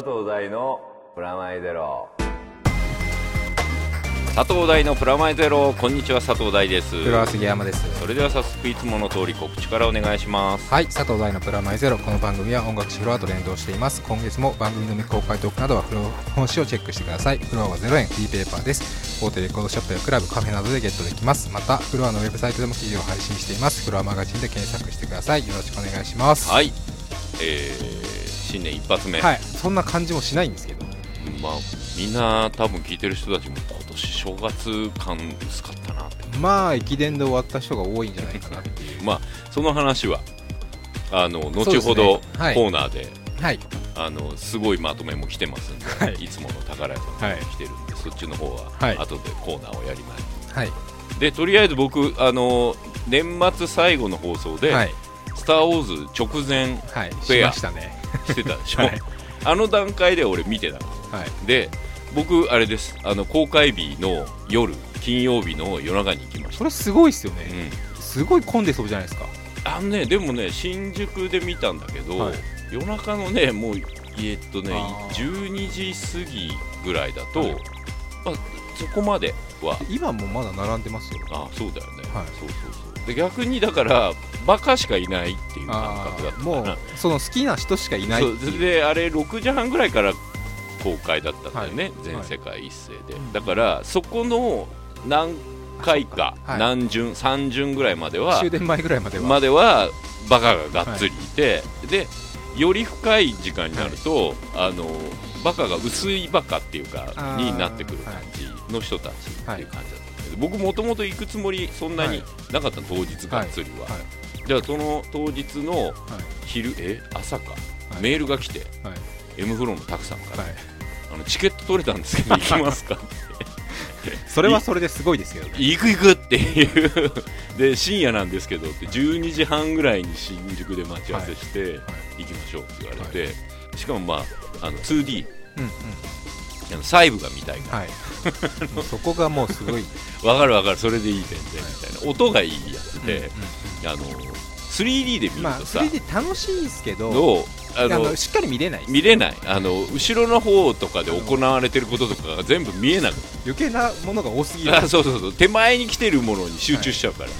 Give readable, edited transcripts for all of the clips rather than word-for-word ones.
藤大のプラマイゼロ。 佐藤大のプラマイゼロ。こんにちは、佐藤大です。 黒は杉山です。 それでは早速いつもの通り告知からお願いします。 はい、佐藤大のプラマイゼロ。この番組は音楽誌フロアと連動しています。今月も番組の未公開トークなどはフロア本誌をチェックしてください。フロアは0円、フリーペーパーです。大手レコードショップやクラブ、カフェなどでゲットできます。またフロアのウェブサイトでも記事を配信しています。フロアマガジンで検索してください。よろしくお願いします。 はい、新年一発目。 はい、そんな感じもしないんですけど、 まあみんな多分聞いてる人たちも今年正月感薄かったなって、 まあ駅伝で終わった人が多いんじゃないかなっていうまあその話は後ほどコーナーで、 はい、 すごいまとめも来てますんで、 はい、 いつもの宝屋さんも来てるんで、そっちの方ははい後でコーナーをやります。 はい、 でとりあえず僕年末最後の放送で、 はい、 スターウォーズ直前はい、 フェアしましたね。 してたでしょ、 はい、 あの段階で俺見てたの、 はい、 で僕あれです、公開日の夜、金曜日の夜中に行きました。 それすごいっすよね、すごい混んでそうじゃないですか。 でもね新宿で見たんだけど、はい、夜中のねもう12時過ぎぐらいだと、はい、まあ、そこまでは今もまだ並んでますよ。 あ、そうだよね、 はい、 そうで逆にだからバカしかいないっていう感覚だったから、 もうその好きな人しかいないっていう。 そうであれ6時半ぐらいから公開だったんだよね、はい、全世界一斉で、はい、だからそこの何回か、はい、何巡3巡ぐらいまでは終電前ぐらいまではバカががっつりいて、はい、でより深い時間になると、はい、バカが薄いバカっていうかになってくる感じの人たちっていう感じだったんだけど、僕もともと行くつもりそんなになかったの、当日がっつりは、はいはい、じゃあその当日の昼、朝か、はい、メールが来て、はい、M フローのタクさんから、はい、チケット取れたんですけど行きますかってそれはそれですごいですけどね。 行くっていうで深夜なんですけどって12時半ぐらいに新宿で待ち合わせして、はいはい、行きましょうって言われて、はい、しかもまあ2D、細部が見たいから、はい、 そこがもうすごいわかるそれでいい点でみたいな、音がいいやつで、3D で見るとさ、 まあ、3D 楽しいですけどしっかり見れない後ろの方とかで行われてることとかが全部見えなくて余計なものが多すぎる。 そう手前に来てるものに集中しちゃうから、はい、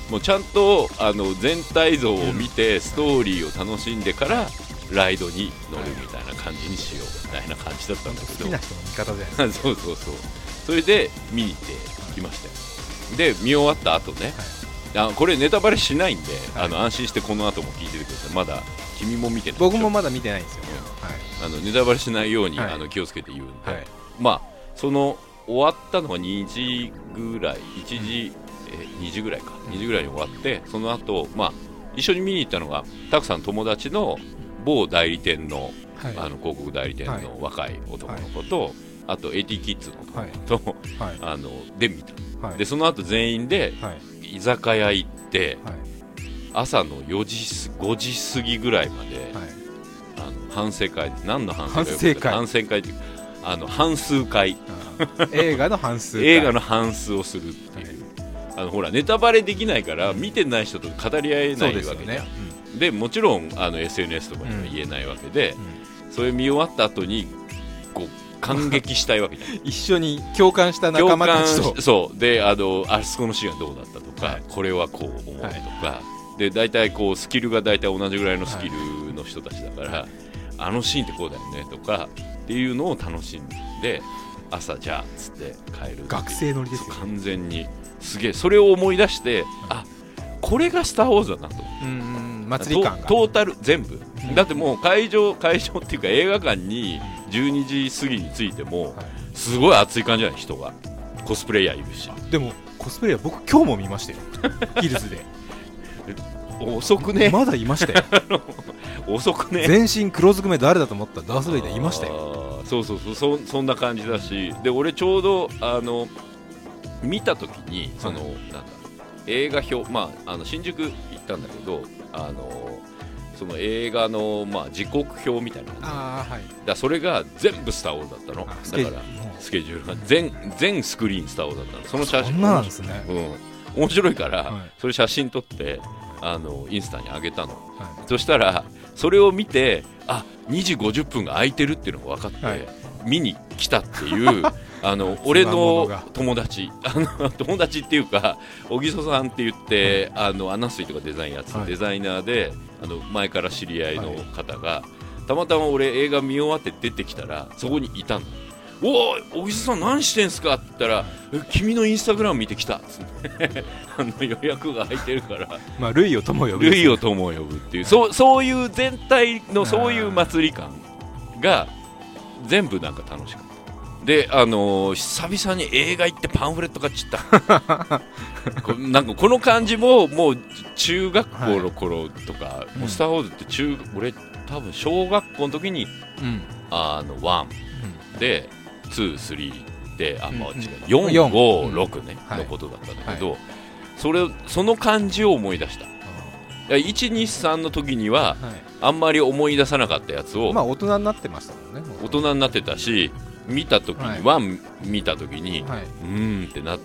もうちゃんと全体像を見て、ストーリーを楽しんでからライドに乗るみたいな感じにしようみたいな感じだったんだけど、 好きな人の見方じゃないですか。 そうそれで見に行ってきましたよ。で見終わった後ね、はい、これネタバレしないんで、はい、安心してこの後も聞いててください。まだ君も見てない。 僕もまだ見てないんですよ、 はい、ネタバレしないように、気をつけて言うんで、はい、まあその終わったのが2時ぐらい2時ぐらいか、2時ぐらいに終わって、その後、まあ一緒に見に行ったのがたくさん友達の某代理店の、はい、広告代理店の若い男の子と、はい、あと AT キッズの子と、はい、で見た、はい、でその後全員で居酒屋行って、はい、朝の4時5時過ぎぐらいまで、はい、反省会、何の反省会っていう半数会映画の半数会映画の半数をするっていう、はい、ほらネタバレできないから見てない人と語り合えないわけじゃん。でもちろんSNS とかには言えないわけで、それ見終わった後にこう感激したいわけじゃん一緒に共感した仲間たちと。 そうであそこのシーンはどうだったとか、はい、これはこう思うとか、はい、で大体こうスキルが大体同じぐらいのスキルの人たちだから、はい、あのシーンってこうだよねとかっていうのを楽しんで、朝じゃあっつって帰る。 学生乗りですよね。 完全にすげえそれを思い出して、あ、これがスターウォーズだなと。 祭り感がトータル全部、だってもう会場っていうか映画館に12時過ぎに着いてもすごい暑い感じじゃない、人がコスプレイヤーいるし。 でもコスプレイヤー僕今日も見ましたよヒルズで遅くね。 まだいましたよ遅くね。 全身黒ずくめ誰だと思ったらダース・ベイダーいましたよ。 そんな感じだし、で俺ちょうど見た時になんだ映画表、新宿行ったんだけどその映画の、時刻表みたいな感じ、はい、だそれが全部スターウォーズだったの。だからスケジュールが全スクリーンスターウォーズだったの。その写真そんななんですね、 面白いから、はい、それ写真撮ってインスタに上げたの、はい、そしたらそれを見てあ2時50分が空いてるっていうのが分かって、 はい、 見に来たっていう俺の友達友達っていうか小木曽さんって言って、アナスイとかデザインやってた、デザイナーで前から知り合いの方が、たまたま俺映画見終わって出てきたらそこにいたの。おー小木曽さん何してんすかって言ったら、君のインスタグラム見てきたっつって予約が空いてるから、 まあ、類を友呼ぶ、 類を友呼ぶっていう、そういう全体のそういう祭り感が全部なんか楽しかった。で久々に映画行ってパンフレット買っちゃったなんかこの感じももう中学校の頃とか、もうスターウォーズって俺多分小学校の時に、1で2、3で違う4、5、6ね、のことだったんだけど、その感じを思い出した。1、2、3の時には、あんまり思い出さなかったやつを、 まあ大人になってましたもんね。 大人になってたし、見た時に、1見た時に、ってなって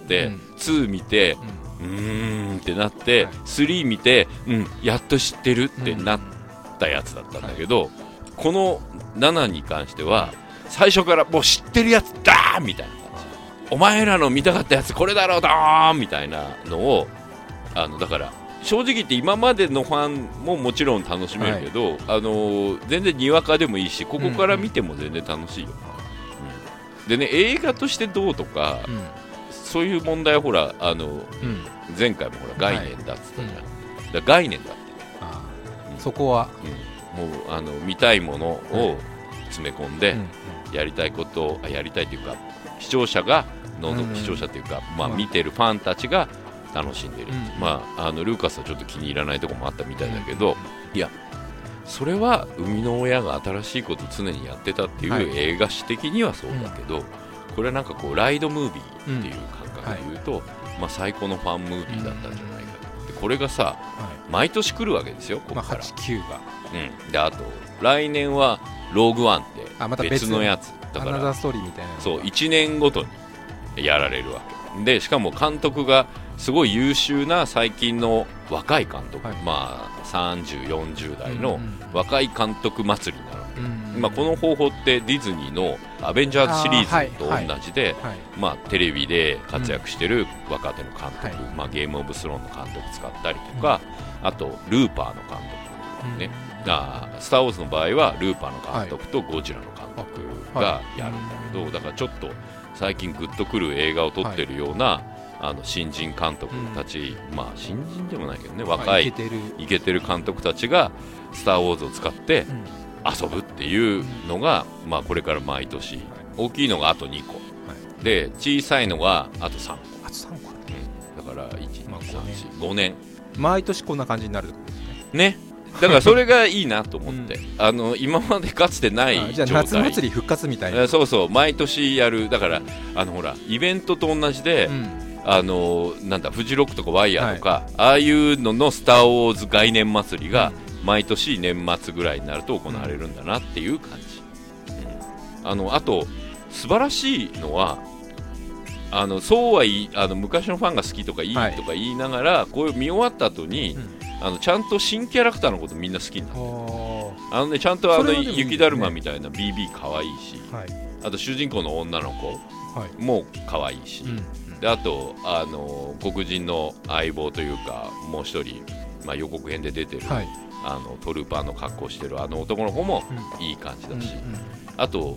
、2見て、ってなって、3見て、やっと知ってるってなったやつだったんだけど、この7に関しては最初からもう知ってるやつだーみたいな感じ、お前らの見たかったやつこれだろうだーみたいなのをだから正直言って今までのファンももちろん楽しめるけど、全然にわかでもいいし、ここから見ても全然楽しいよ、でね、映画としてどうとか、そういう問題はほら前回もほら概念だっつったじゃん、だから概念だって、 そこは、 もう見たいものを詰め込んで、やりたいことやりたいというか、視聴者視聴者というか、見てるファンたちが楽しんでる、ルーカスはちょっと気に入らないところもあったみたいだけど、いやそれは生みの親が新しいことを常にやってたっていう映画史的にはそうだけど、これはなんかこうライドムービーっていう感覚で言うと、最高のファンムービーだったんじゃないかな。でこれがさ、毎年来るわけですよ、ここから、 8、9が、 であと来年はローグワンって別のやつだから、 アナザーストーリーみたいな、 そう1年ごとにやられるわけで、しかも監督がすごい優秀な最近の若い監督、30、40代の若い監督祭りになるわけ、この方法ってディズニーのアベンジャーズシリーズと同じで、テレビで活躍してる若手の監督、ゲームオブスローンの監督使ったりとか、あとルーパーの監督ね、スターウォーズの場合はルーパーの監督とゴジラの監督がやるんだけど、だからちょっと最近グッとくる映画を撮ってるような、新人監督たち、新人でもないけどね、若いイケてる監督たちがスターウォーズを使って遊ぶっていうのが、これから毎年、大きいのがあと2個、で小さいのがあと3個、だから1、2、3、4、5年毎年こんな感じになるね。だからそれがいいなと思って、今までかつてない状態、 じゃあ夏祭り復活みたいな、 そうそう、毎年やる。だからほらイベントと同じで、なんだフジロックとかワイヤーとか、ああいうののスター・ウォーズ概念祭りが毎年年末ぐらいになると行われるんだなっていう感じ、あと素晴らしいのはそうは昔のファンが好きとかいいとか言いながら、こういう見終わった後に、ちゃんと新キャラクターのことみんな好きになってる。ちゃんと雪だるまみたいな BB 可愛いし、あと主人公の女の子も可愛いし、であと黒人の相棒というかもう一人、予告編で出てる、トルーパーの格好してる男の子もいい感じだし、あと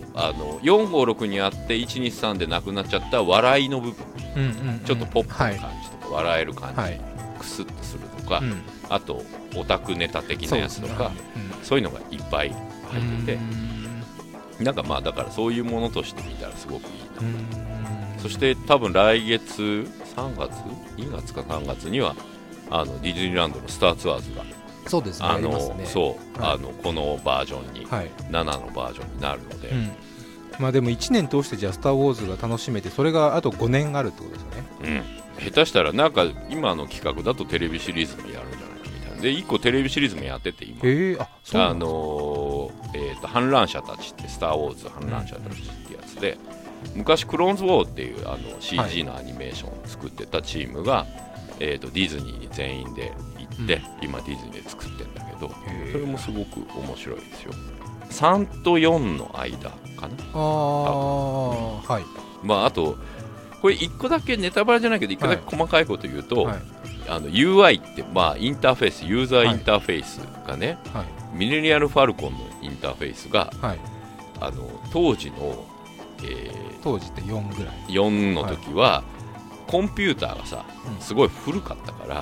456にあって123でなくなっちゃった笑いの部分、ちょっとポップな感じとか、笑える感じ、クスッとするとか、あとオタクネタ的なやつとか、そういうのがいっぱい入ってて、なんかだからそういうものとして見たらすごくいいな。そして多分来月2月か3月にはディズニーランドのスターツアーズがそうですね、ありますね。 そう、このバージョンに、7のバージョンになるので、 でも1年通してじゃあスター・ウォーズが楽しめて、それがあと5年あるってことですよね。 下手したらなんか今の企画だとテレビシリーズもやるんじゃないかみたいな。で1個テレビシリーズもやってて今、反乱者たちって、スター・ウォーズ反乱者たちってやつで、昔クローンズ・ウォーっていうCG のアニメーションを作ってたチームが、ディズニーに全員で行って、今ディズニーで作ってるんだけど、それもすごく面白いですよ。 3と4の間かな。 はい。 まああとこれ1個だけネタバレじゃないけど1個だけ細かいこと言うと、 はい、 UI ってまあインターフェース、ユーザーインターフェースがね、 はい、 ミレニアルファルコンのインターフェースが、はい、当時の、 当時って4ぐらい 4の時は、コンピューターがさ、すごい古かったから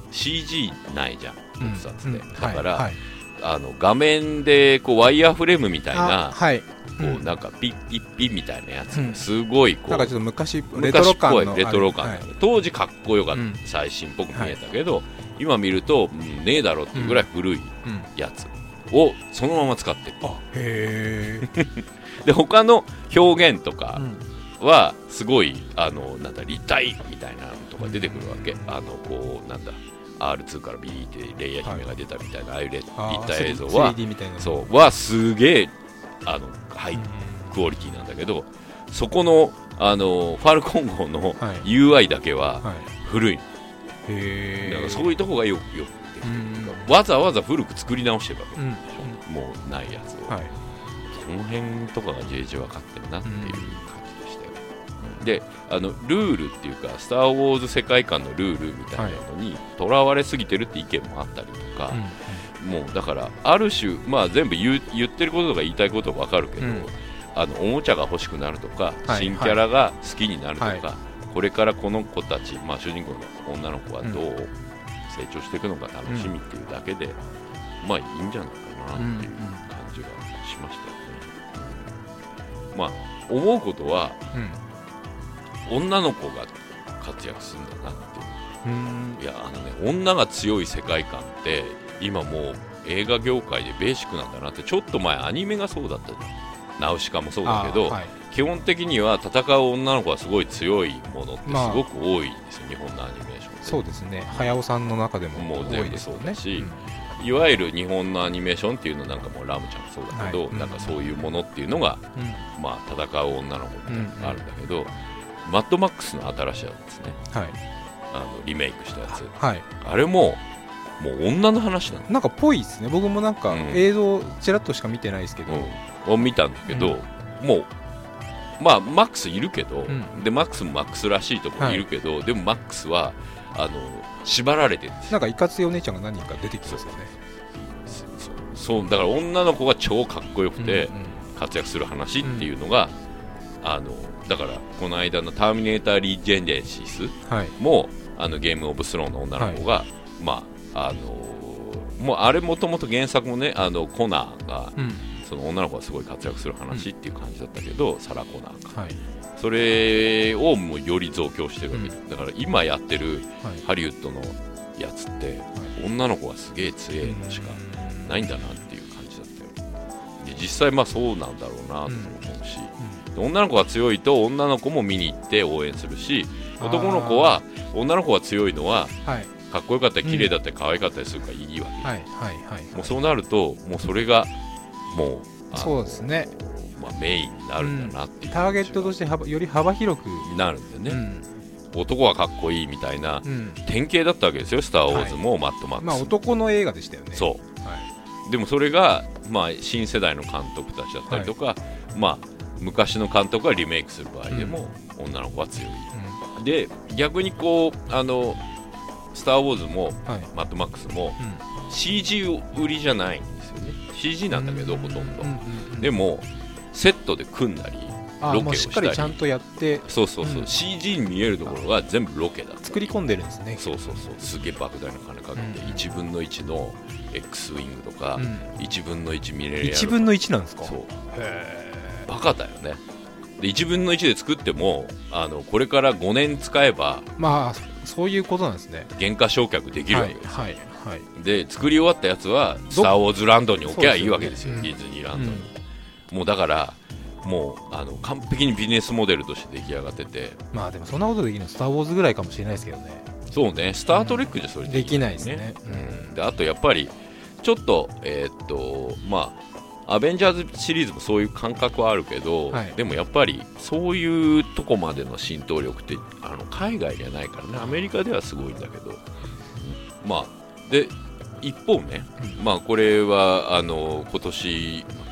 、CG ないじゃん、特撮で。だから、画面でこうワイヤーフレームみたいな、こうなんかピッピッピッみたいなやつがすごいこう、 なんかちょっと昔レトロ感のレトロ感、当時かっこよかった、最新っぽく見えたけど、今見ると、ねえだろっていうぐらい古いやつをそのまま使ってる。 へで他の表現とかはすごいなんだ立体みたいなのとか出てくるわけ。こうなんだR2 からビーってレイヤー姫が出たみたいな、ああいう立体映像はそうはすげえハイクオリティなんだけど、そこのファルコン号の UI だけは古い。だからそういうとこがよくできてる。わざわざ古く作り直してるわけでしょ、もうないやつを。その辺とかが JJ 分かってるなっていう感じでしたよ。でルールっていうかスター・ウォーズ世界観のルールみたいなのにとらわれすぎてるって意見もあったりとか、もうだからある種、まあ、全部言ってることとか言いたいことは分かるけど、おもちゃが欲しくなるとか、新キャラが好きになるとか、これからこの子たち、まあ、主人公の女の子はどう成長していくのか楽しみっていうだけで、まあいいんじゃないかなっていう感じがしましたよね。まあ思うことは、女の子が活躍するんだなっていう。いや女が強い世界観って今もう映画業界でベーシックなんだなって。ちょっと前アニメがそうだったじゃん。ナウシカもそうだけど、基本的には戦う女の子がすごい強いものってすごく多いんですよ、日本のアニメーションで。 そうですね、早尾さんの中でももう全部そうだし、いわゆる日本のアニメーションっていうのなんかもうラムちゃんもそうだけど、なんかそういうものっていうのが、まあ、戦う女の子みたいなのがあるんだけど、マッドマックスの新しいやつですね、リメイクしたやつ、あれももう女の話なの。 なんかぽいですね。僕もなんか映像ちらっとしか見てないですけど、 見たんだけど、もうまあマックスいるけど、でマックスもマックスらしいところいるけど、でもマックスは縛られてるんです。 なんかいかついお姉ちゃんが何人か出てきますよね。 そうだから女の子が超かっこよくて活躍する話っていうのが、だからこの間のターミネーターリージェネシスも、ゲームオブスローンの女の子が、まあもうあれもともと原作もね、コナーが、その女の子がすごい活躍する話っていう感じだったけど、サラ・コナーか、それをもうより増強してるわけ、だから今やってるハリウッドのやつって、女の子がすげえ強いのしかないんだなっていう感じだったよ。で実際まあそうなんだろうなと思うし、女の子が強いと女の子も見に行って応援するし、男の子は女の子が強いのは、かっこよかったり綺麗だったり可愛かったりするからいいわけ、もうそうなるともうそれがもうそうですね、 まあ、メインになるんだなっていう、 ターゲットとしてより幅広くなるんでね、男はかっこいいみたいな典型だったわけですよ、スター・ウォーズもマッドマックスも、 まあ、男の映画でしたよね。 そう、でもそれが、まあ、新世代の監督たちだったりとか、まあ、昔の監督がリメイクする場合でも、女の子は強い、で逆にこうスター・ウォーズも、マッドマックスも、CG 売りじゃないんですよね。 CG なんだけど、ほとんど、でもセットで組んだりロケをしたり、しっかりちゃんとやって、 そう、CG に見えるところが全部ロケだ、 作り込んでるんですね。 そうすげえ莫大な金かけて、1分の1の X ウィングとか、1分の1ミレリアル、 1分の1なんですか。 そう、バカだよね。で1分の1で作ってもこれから5年使えば、 まあそういうことなんですね。 原価償却できるわけですよ、で作り終わったやつはスター・ウォーズランドに置けばいいわけですよ、ディズニーランドに、もうだからもう完璧にビジネスモデルとして出来上がってて、 まあでもそんなことできるのスター・ウォーズぐらいかもしれないですけどね。 そうね、スター・トレックじゃそれできないですね、 であとやっぱりちょっとまあアベンジャーズシリーズもそういう感覚はあるけど、でもやっぱりそういうとこまでの浸透力って海外にはないからね。アメリカではすごいんだけど、まあで一方ね、まあこれは今年、去年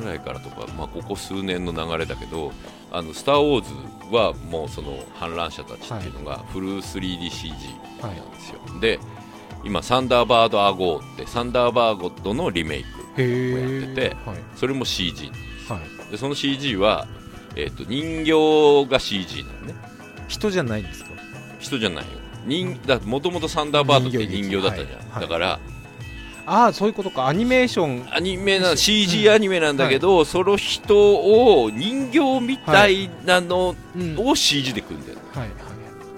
ぐらいからとか、まあ、ここ数年の流れだけどスター・ウォーズはもうその反乱者たちっていうのがフル 3DCG なんですよ、はい、で今サンダーバード・アゴーってサンダーバードのリメイクをやってて、はい、それも CG です、はい、でその CG は、人形が CG なのね。 人じゃないんですか？ 人じゃないよ。もともとサンダーバードって人形だったじゃん、はいはい、だからそういうことか。アニメーション CG アニメなんだけど、はい、その人を人形みたいなのを CG で組んでる、はいはい、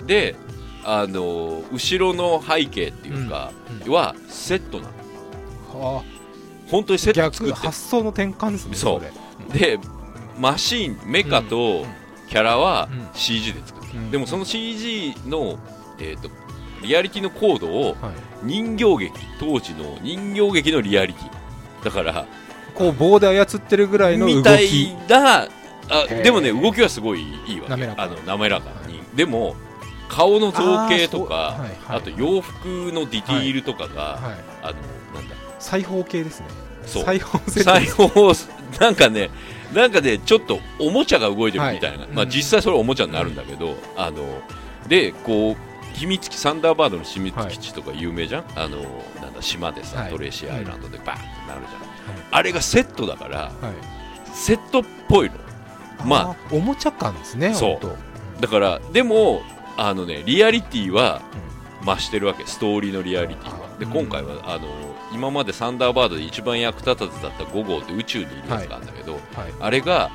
で後ろの背景っていうか、はセットなの、本当にセット作って逆発想の転換ですね。 そうでマシンメカとキャラは CG で作ってる、でもその CG の、リアリティのコードを人形劇、当時の人形劇のリアリティだからこう棒で操ってるぐらいの動きみたいな。でもね動きはすごいいいわけ、滑らかに。でも顔の造形とか はいはい、あと洋服のディティールとかが、はいはい、なんだ裁縫系ですね。 そう裁縫なんかねちょっとおもちゃが動いてるみたいな、はい、まあ、実際それはおもちゃになるんだけど、でこう秘密基地サンダーバードの秘密基地とか有名じゃん、なんだ島でさ、はい、トレーシーアイランドでバーってなるじゃん、はい、あれがセットだから、はい、セットっぽいの。まあおもちゃ感ですね。 そうだからでもリアリティは増してるわけ、ストーリーのリアリティは。で今回は今までサンダーバードで一番役立たずだった5号って宇宙にいるやつがあるんだけど、はいはい、あれが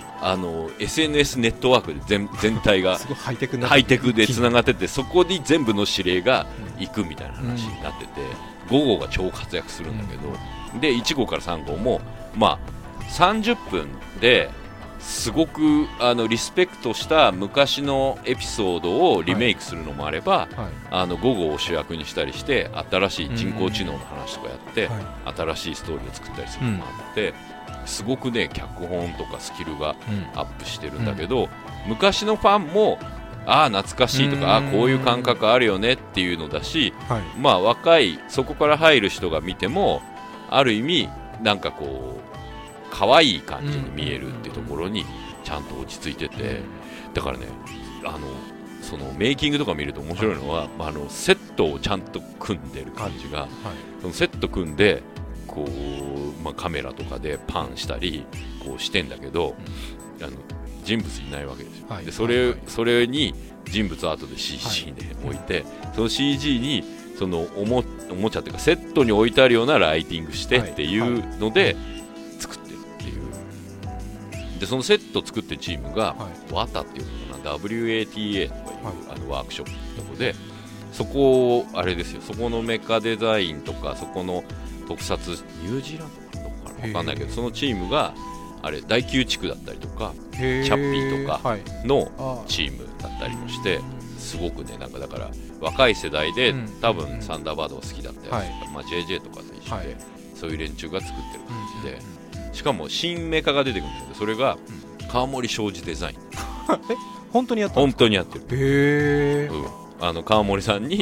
SNS ネットワークで全体がすごいハイテクでつながってて、そこに全部の指令が行くみたいな話になってて、5号が超活躍するんだけど、で1号から3号もまあ30分ですごくリスペクトした昔のエピソードをリメイクするのもあれば、はい、5号を主役にしたりして新しい人工知能の話とかやって、新しいストーリーを作ったりするのもあって、すごくね脚本とかスキルがアップしてるんだけど、昔のファンも懐かしいとかこういう感覚あるよねっていうのだし、はい、まあ若いそこから入る人が見てもある意味なんかこう可愛い感じに見えるっていうところにちゃんと落ち着いてて、だからねそのメイキングとか見ると面白いのは、セットをちゃんと組んでる感じが、そのセット組んでこう、カメラとかでパンしたりこうしてんだけど、人物いないわけですよ、でそれに人物を後で CG で置いて、その CG にそのおもちゃっていうかセットに置いてあるようなライティングしてっていうので作ってるっていう。でそのセット作ってるチームが、WATA っていうのかな、 WATA とかいう、ワークショップのとこで、そこあれですよ、そこのメカデザインとかそこの特撮、ニュージーランドかどこかな分かんないけど、そのチームがあれ第9地区だったりとかチャッピーとかのチームだったりもして、すごくねなんかだから若い世代で多分サンダーバードが好きだったりとか、JJ とかと一緒で、そういう連中が作ってる感じで、しかも新メカが出てくるんだけど、それが川森商事デザイン本当にやってる。 本当にやってる。川森さんに、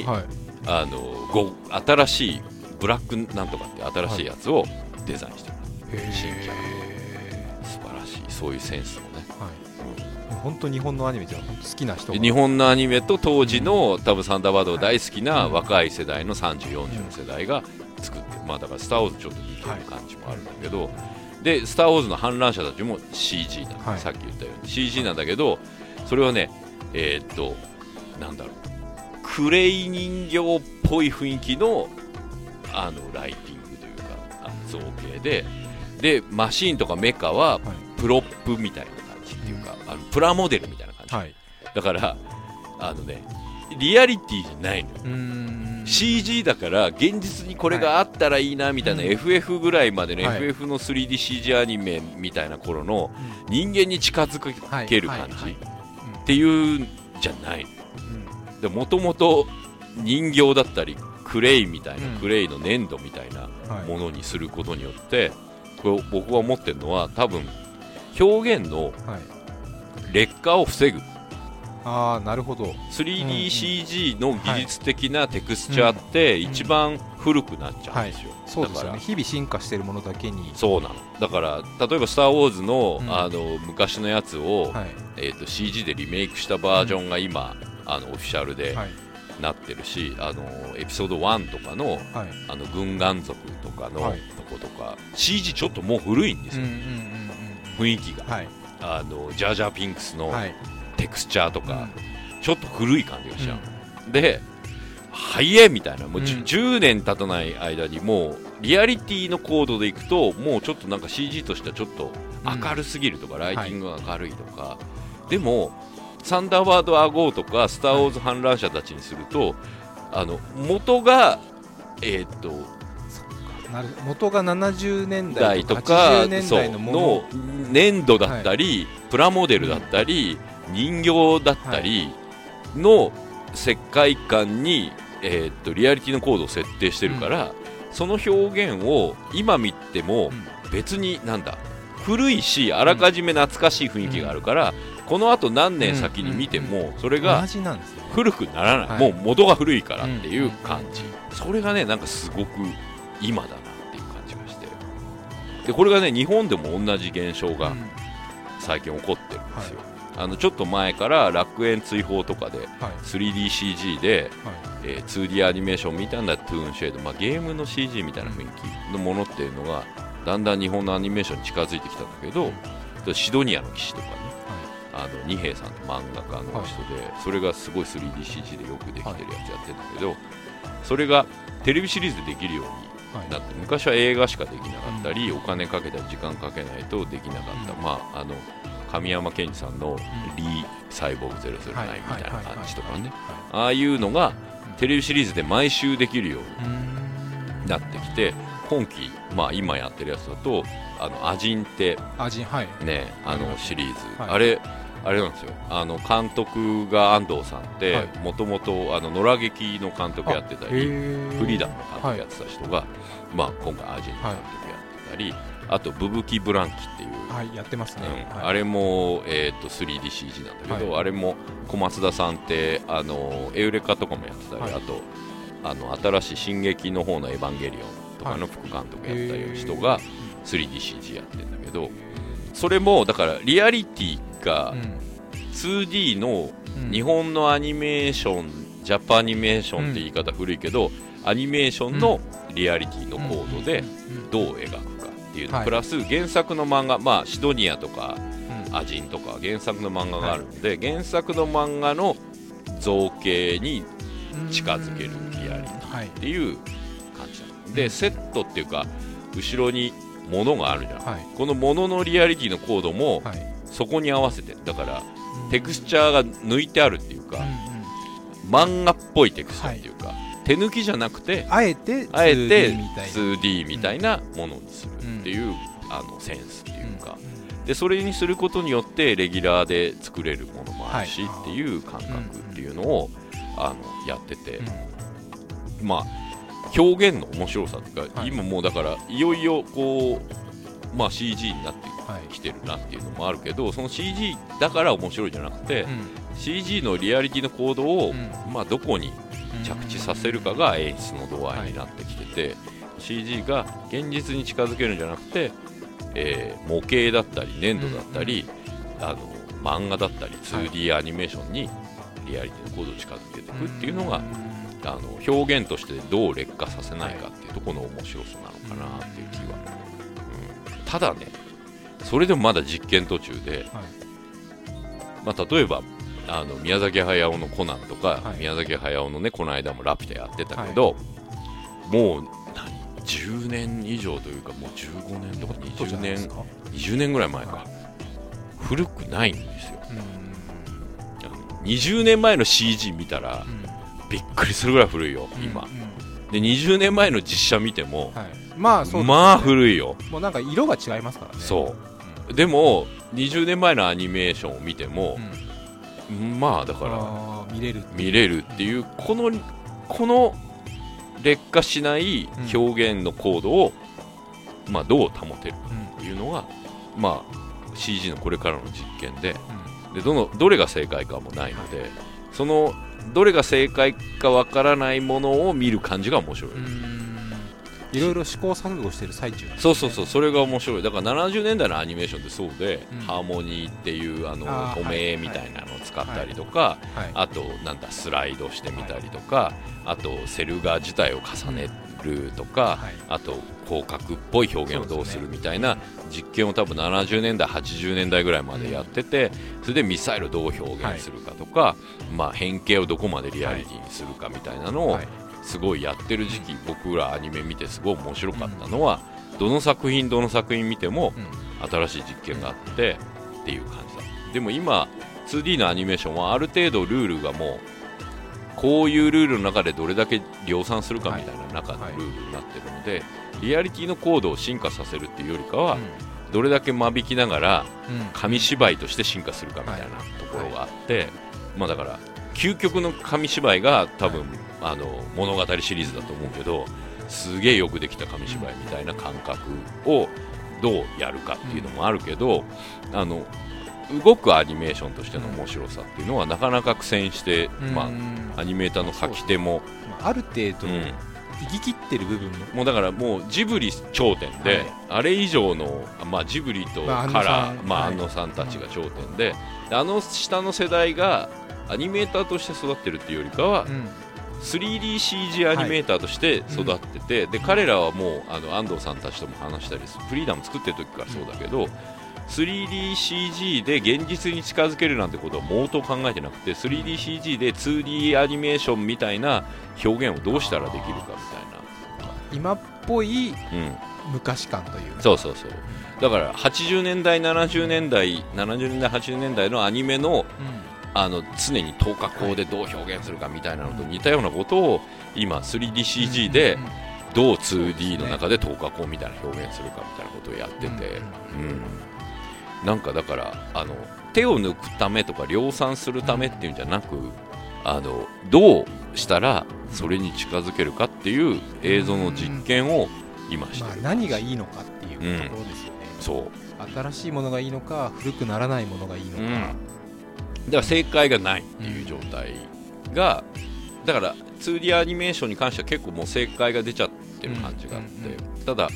新しいブラックなんとかって新しいやつをデザインしてる、新キャラ。素晴らしい、そういうセンスもね、 本当日本のアニメって好きな人が、 日本のアニメと当時の多分サンダーバードが大好きな若い世代の30、40の世代が作ってる、だからスター・ウォーズちょっと似てる感じもあるんだけど、でスター・ウォーズの反乱者たちも CG なんだ、さっき言ったように CG なんだけど、それはねなんだろう、クレイ人形っぽい雰囲気のライティングというか造形でマシーンとかメカはプロップみたいな感じっていうか、プラモデルみたいな感じ、だからリアリティじゃないのよ。CG だから現実にこれがあったらいいなみたいな、FF ぐらいまでの FF の 3DCG アニメみたいな頃の人間に近づける感じっていうんじゃないの。もともと人形だったりクレイみたいな、クレイの粘土みたいなものにすることによって、これ僕が思ってるのは多分表現の劣化を防ぐ。 ああなるほど。 3DCG の技術的なテクスチャーって一番古くなっちゃうんですよ、 そうですよね。日々進化しているものだけに。 そうなの。だから例えば「スター・ウォーズの」昔のやつを、CG でリメイクしたバージョンが今、オフィシャルでなってるし、エピソード1とかの、軍艦族とかのとことか、CG ちょっともう古いんですよ、雰囲気が、ジャージャーピンクスのテクスチャーとか、ちょっと古い感じがしちゃう、で早えみたいな、もう 10年経たない間にもうリアリティのコードでいくともうちょっとなんか CG としてはちょっと明るすぎるとか、ライティングが明るいとか、でもサンダーバード・アゴーとかスター・ウォーズ反乱者たちにすると、元が元が70年代とか 80年代のもの粘土だったり、プラモデルだったり、人形だったりの世界観に、リアリティのコードを設定してるから、その表現を今見ても別になんだ古いし、あらかじめ懐かしい雰囲気があるから、このあと何年先に見てもそれが古くならない、もう元が古いからっていう感じ、それがねなんかすごく今だなっていう感じがして、でこれがね日本でも同じ現象が最近起こってるんですよ、ちょっと前から楽園追放とかで 3DCG で、2D アニメーションみたいなトゥーンシェード、ゲームの CG みたいな雰囲気のものっていうのがだんだん日本のアニメーションに近づいてきたんだけど、シドニアの騎士とかね、二平さんと漫画家の人で、それがすごい 3DCG でよくできてるやつやってるんだけど、それがテレビシリーズでできるようになって、昔は映画しかできなかったり、お金かけたり時間かけないとできなかった、神山健二さんのリー・サイボーグ009みたいな感じとかね、ああいうのがテレビシリーズで毎週できるようになってきて、今期、今やってるやつだとアジンってね、シリーズ、あれなんですよ、監督が安藤さんってもともと野良劇の監督やってたり、フリーダムの監督やってた人が、今回アジンの監督やってたり、あとブブキ・ブランキっていう、 やってますね、 あれも、3DCG なんだけど、あれも小松田さんってエウレカとかもやってたり、あと新しい進撃の方のエヴァンゲリオンとかの副監督やった人が 3DCG やってるんだけど、それもだからリアリティが 2D の日本のアニメーション、ジャパニメーションって言い方古いけど、アニメーションのリアリティのコードでどう描くかっていうの、プラス原作の漫画、シドニアとかアジンとか原作の漫画があるので、原作の漫画の造形に近づけるリアリティっていう感じなので、セットっていうか後ろに物があるじゃん、この物のリアリティのコードもそこに合わせて、だからテクスチャーが抜いてあるっていうか、漫画っぽいテクスチャーっていうか、手抜きじゃなくてあえて 2D みたいなものにするっていう、センスっていうか、でそれにすることによってレギュラーで作れるものもあるしっていう感覚っていうのをやってて、表現の面白さというか、今もうだからいよいよこう、CG になってきてるなっていうのもあるけど、その CG だから面白いじゃなくて、CG のリアリティのコードを、どこに着地させるかが演出の度合いになってきてて、CG が現実に近づけるんじゃなくて、模型だったり粘土だったり、漫画だったり 2D アニメーションにリアリティのコードを近づけていくっていうのが、表現としてどう劣化させないかっていうところの面白さなのかなっていう気は、ただね、それでもまだ実験途中で、例えば宮崎駿のコナンとか、宮崎駿のねこの間もラピュタやってたけど、もう10年以上というか、もう15年とか20年ぐらい前か、古くないんですよ、20年前の CG 見たら、びっくりするぐらい古いよ今、で20年前の実写見ても、そう、古いよ、 もうなんか色が違いますからね。 そう、でも20年前のアニメーションを見ても、だから見れるっていう、この劣化しない表現のコードを、どう保てるかっていうのが、CG のこれからの実験で、 でどれが正解かもないので、そのどれが正解かわからないものを見る感じが面白い。 いろいろ試行錯誤してる最中、ね、 そうそれが面白い。だから70年代のアニメーションってそうで、ハーモニーっていう止めみたいなのを使ったりとか、あとなんだスライドしてみたりとか、あとセル画自体を重ねるとか、あと広角っぽい表現をどうするみたいな実験を多分70年代80年代ぐらいまでやってて、それでミサイルをどう表現するかとか、変形をどこまでリアリティにするかみたいなのをすごいやってる時期、僕らアニメ見てすごい面白かったのは、どの作品見ても新しい実験があってっていう感じだ。でも今 2D のアニメーションはある程度ルールがもうこういうルールの中でどれだけ量産するかみたいな中のルールになってるので、リアリティのコードを進化させるっていうよりかは、どれだけ間引きながら紙芝居として進化するかみたいなところがあって、だから究極の紙芝居が多分物語シリーズだと思うけど、すげえよくできた紙芝居みたいな感覚をどうやるかっていうのもあるけど、動くアニメーションとしての面白さっていうのはなかなか苦戦して、アニメーターの書き手もある程度生き切ってる部分もうだからもうジブリ頂点で、あれ以上の、ジブリとカラー、安野さんたちが頂点で、下の世代がアニメーターとして育ってるっていうよりかは、3DCG アニメーターとして育ってて、で彼らはもう安藤さんたちとも話したりする、フリーダム作ってる時からそうだけど、3DCG で現実に近づけるなんてことは毛頭考えてなくて、 3DCG で 2D アニメーションみたいな表現をどうしたらできるかみたいな、 今っぽい昔感というか、 そうだから80年代70年代80年代のアニメの常に透過光でどう表現するかみたいなのと似たようなことを今 3DCG でどう 2D の中で透過光みたいな表現するかみたいなことをやってて、なんかだから手を抜くためとか量産するためっていうんじゃなく、どうしたらそれに近づけるかっていう映像の実験を今してる、 何がいいのかっていうところですよね。 そう新しいものがいいのか古くならないものがいいのか、 だから正解がないっていう状態が、だから 2D アニメーションに関しては結構もう正解が出ちゃってる感じがあって、ただ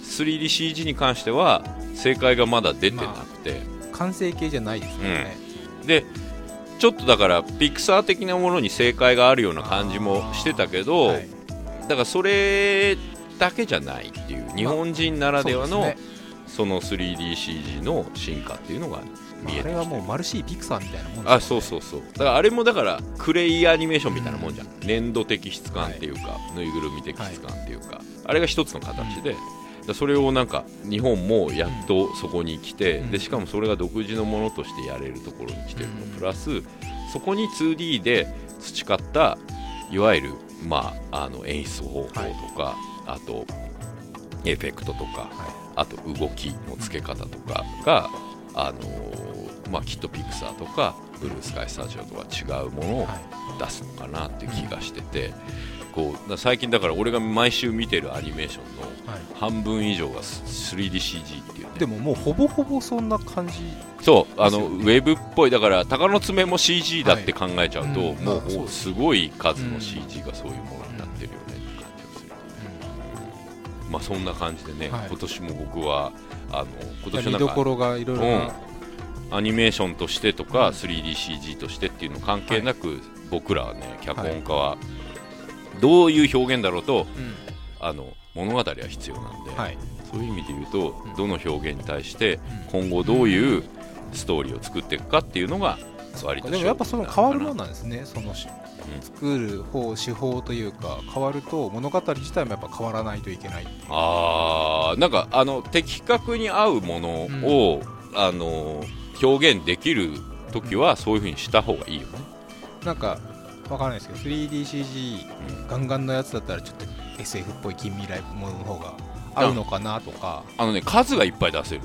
3DCG に関しては正解がまだ出てなくて、 完成形じゃないですよね、 でちょっとだからピクサー的なものに正解があるような感じもしてたけど、だからそれだけじゃないっていう日本人ならではのその 3DCG の進化っていうのが見えてきて、 あれはもうマルシーピクサーみたいなもんですよね。 そうだからあれもだからクレイアニメーションみたいなもんじゃん、粘土的質感っていうか、ぬいぐるみ的質感っていうか、あれが一つの形で、それをなんか日本もやっとそこに来て、でしかもそれが独自のものとしてやれるところに来てるのプラス、そこに 2D で培ったいわゆる、演出方法とか、あとエフェクトとか、あと動きのつけ方とかが、きっとピクサーとかブルースカイスタジオとは違うものを出すのかなっていう気がしてて、最近だから俺が毎週見てるアニメーションの半分以上が 3DCG っていうね。 でももうほぼほぼそんな感じ、 そうウェブっぽい、だから鷹の爪も CG だって考えちゃうと、もうすごい数の CG がそういうものになってるよねって感じがする、そんな感じでね、今年も僕は今年はなんか見どころがいろいろアニメーションとしてとか 3DCG としてっていうの関係なく、僕らはね脚本家はどういう表現だろうと、物語は必要なんで、そういう意味で言うと、どの表現に対して今後どういうストーリーを作っていくかっていうのが割とでもやっぱその変わるものなんですね、その作る手法というか変わると物語自体もやっぱ変わらないといけない。 なんか的確に合うものを、表現できるときはそういう風にした方がいいよね。 なんかわからないですけど 3DCG ガンガンのやつだったらちょっと SF っぽい近未来ものの方が合うのかなとか、 数がいっぱい出せる。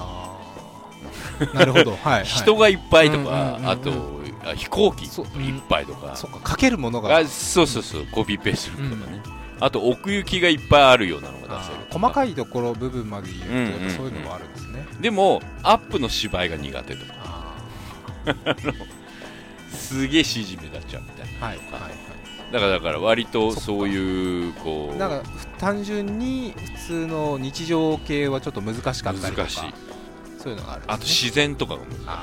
なるほど人がいっぱいとか、あと飛行機いっぱいとか、 そうか、かけるものがそうコピペするとかね、あと奥行きがいっぱいあるようなのが出せる。 細かいところ部分まで言うとそういうのもあるんですね。 でもアップの芝居が苦手とか、 すげえ CG 目立っちゃうみたいな、 はいはいはい、 だから割とそういうこうなんか単純に普通の日常系はちょっと難しかったりとか、 難しい、 そういうのがある、ね、 あと自然とかが難しい。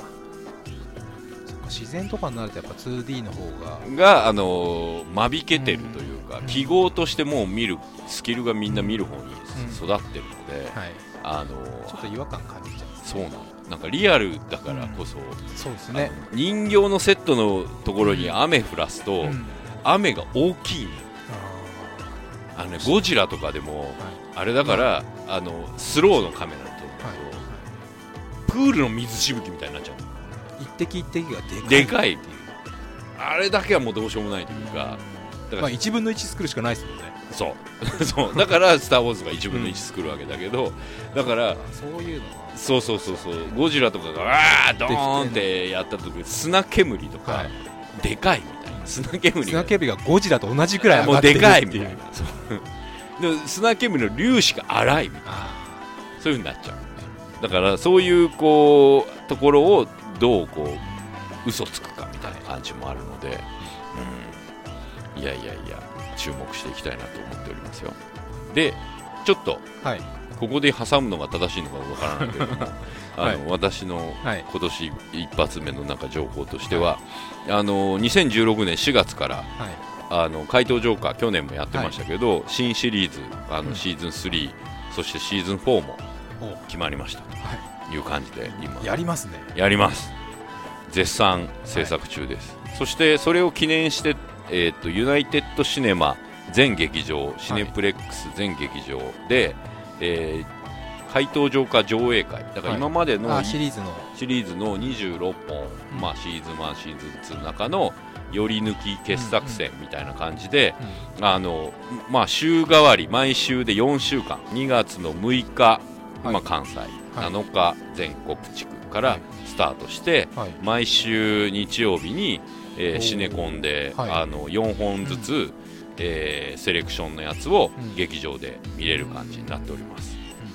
自然とかになるとやっぱ 2D の方が間引けてるというか、記号としてもう見るスキルがみんな見る方に育ってるので、 ちょっと違和感感じちゃう、 そうなんかリアルだからこそ、 そうですね、 人形のセットのところに雨降らすと、雨が大きいね、ゴジラとかでも、あれだから、スローのカメラだと思うけど、プールの水しぶきみたいになっちゃう、 一滴一滴がでかいっていう、あれだけはもうどうしようもないというか、だから 1分の1作るしかないですもんね。 そうだからスター・ウォーズが1分の1作るわけだけど、だからそういうのそうゴジラとかがわードーンってやった時砂煙とか、でかいみたいな、砂煙がゴジラと同じくらい上がってるもうでかいみたいな、で砂煙の粒子が荒いみたいな、そういう風になっちゃう。だからそういうこうところをどうこう嘘つくかみたいな感じもあるので、いや注目していきたいなと思っておりますよ。でちょっと、ここで挟むのが正しいのかわからないけれども私の今年一発目のなんか情報としては、2016年4月から、怪盗ジョーカー去年もやってましたけど、新シリーズシーズン3、そしてシーズン4も決まりましたという感じで、今やりますね。 やります。絶賛制作中です、そしてそれを記念してユナイテッドシネマ全劇場、シネプレックス全劇場で、怪盗ジョーカー上映会だから今までの、 シリーズの 26本、シーズン1シーズン2の中のより抜き傑作選みたいな感じで、週替わり毎週で4週間2月の6日、関西、7日全国地区からスタートして、毎週日曜日にシネコンで、4本ずつ、セレクションのやつを劇場で見れる感じになっております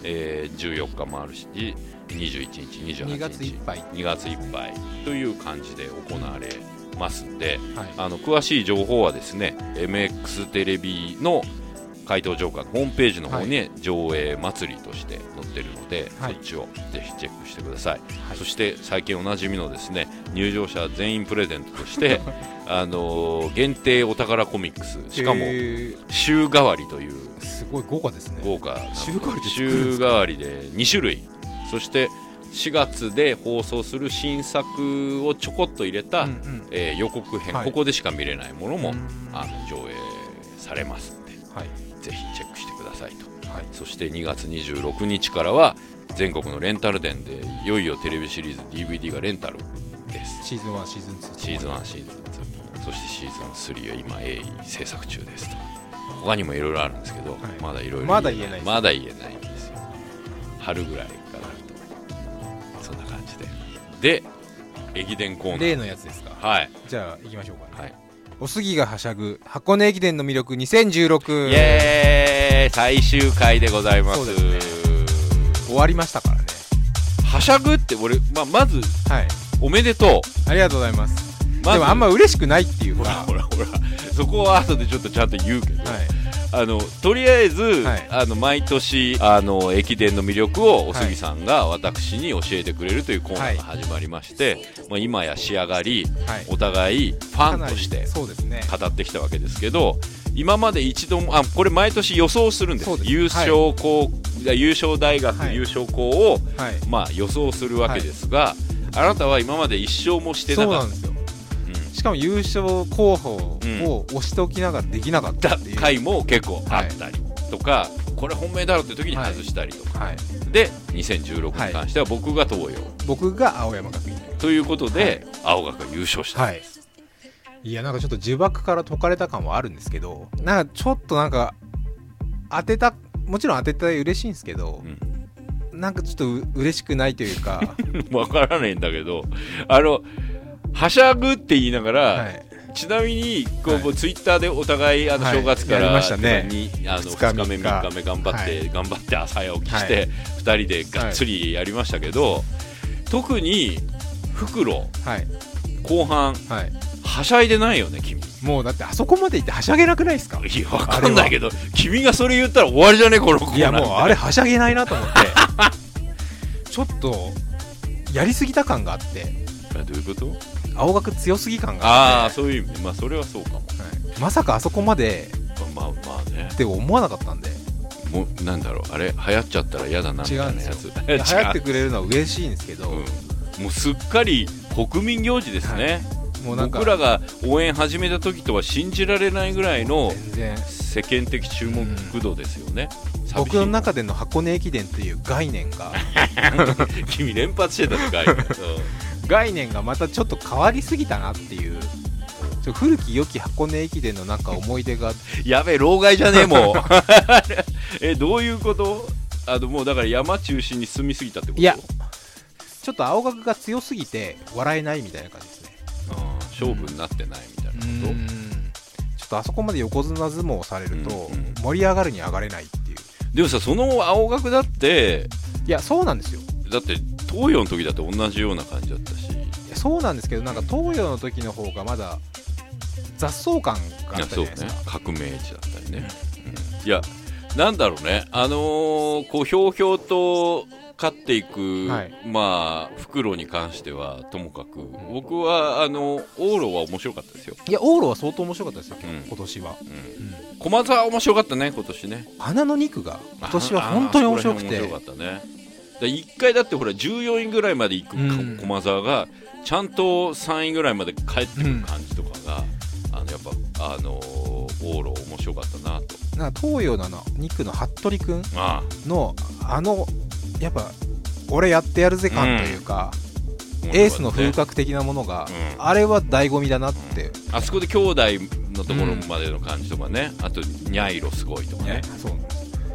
、14日もあるし21日28日 2月いっぱいという感じで行われますんで、詳しい情報はですね MX テレビの怪盗ジョーカーのホームページの方に上映祭りとして載ってるので、そっちをぜひチェックしてください、そして最近おなじみのですね入場者全員プレゼントとして限定お宝コミックス、しかも週替わりというすごい豪華ですね。 豪華週替わりで2種類、そして4月で放送する新作をちょこっと入れた、予告編、ここでしか見れないものも上映されますので、ぜひチェックしてくださいと、そして2月26日からは全国のレンタル店でいよいよテレビシリーズ DVD がレンタルです。 シーズン1シーズン2 シーズン1シーズン2、そしてシーズン3は今鋭意制作中ですと。他にもいろいろあるんですけど、まだいろいろまだ言えないんですよ。春ぐらいからなるとそんな感じで駅伝コーナー例のやつですか。じゃあ行きましょうかね。おすぎがはしゃぐ箱根駅伝の魅力2016、 イエーイ、最終回でございます。 そうですね、終わりましたからね。 はしゃぐって俺、まず、おめでとう、 ありがとうございます。でもあんま嬉しくないっていうか、 ほらそこは後でちょっとちゃんと言うけど、とりあえず、毎年駅伝の魅力をおすぎさんが私に教えてくれるというコーナーが始まりまして、今や仕上がり、お互いファンとして語ってきたわけですけど、今まで一度もこれ毎年予想するんです。優勝大学、優勝校を、予想するわけですが、あなたは今まで一勝もしてなかった。そうなんですよ。 しかも優勝候補を押しておきながらできなかったっていう回も結構あったりとか、これ本命だろうって時に外したりとか、で2016に関しては僕が東洋、 僕が青山学院ということで、青学が優勝したんです。 いや、なんかちょっと呪縛から解かれた感はあるんですけど、なんかちょっとなんかもちろん当てたら嬉しいんですけど、なんかちょっと嬉しくないというかわからないんだけど、はしゃぐって言いながら、ちなみにツイッターでお互い正月から2日目3日目頑張って朝早起きして2人でがっつりやりましたけど、特に袋、 はい、 後半、 はい、 はしゃいでないよね君。 もうだってあそこまで行ってはしゃげなくないですか。 いやわかんないけど君がそれ言ったら終わりじゃねこのコーナー。 いやもうあれはしゃげないなと思ってちょっとやりすぎた感があって。 どういうこと。 青学強すぎ感があって。 そういう意味ね。まあそれはそうかも、はい、 まさかあそこまでまあねって思わなかったんで。 もうなんだろうあれ流行っちゃったら嫌だなみたいなやつ。 流行ってくれるのは嬉しいんですけど、 もうすっかり国民行事ですね、はい、もうなんか僕らが応援始めた時とは信じられないぐらいの世間的注目度ですよね、 僕の中での箱根駅伝という概念が君連発してたね概念がまたちょっと変わりすぎたなっていう。古き良き箱根駅伝のなんか思い出がやべえ老害じゃねえもうどういうこと。もうだから山中心に進みすぎたってこと。 いやちょっと青学が強すぎて笑えないみたいな感じですね。 勝負になってないみたいなこと。 ちょっとあそこまで横綱相撲をされると盛り上がるに上がれないっていう。 でもさその青学だっていやそうなんですよ。 だって東洋の時だって同じような感じだったし。 いやそうなんですけどなんか東洋の時の方がまだ雑草感があったじゃないですか。 そうね革命児だったりね、いやなんだろうねこうひょうひょうと勝っていく、はい、まあ袋に関してはともかく、僕は往路は面白かったですよ。 いや往路は相当面白かったですよ、今年は、 駒澤面白かったね今年ね。 花の2区が今年は本当に面白くて面白かったね。1回だってほら14位ぐらいまで行く駒澤がちゃんと3位ぐらいまで帰ってくる感じとかが、やっぱ往路面白かったなと。 なんか東洋の2区の服部君のやっぱ俺やってやるぜ感というか、エースの風格的なものが、あれは醍醐味だなって、 あそこで兄弟のところまでの感じとかね、あとニャイロすごいとかね、 そうなんです。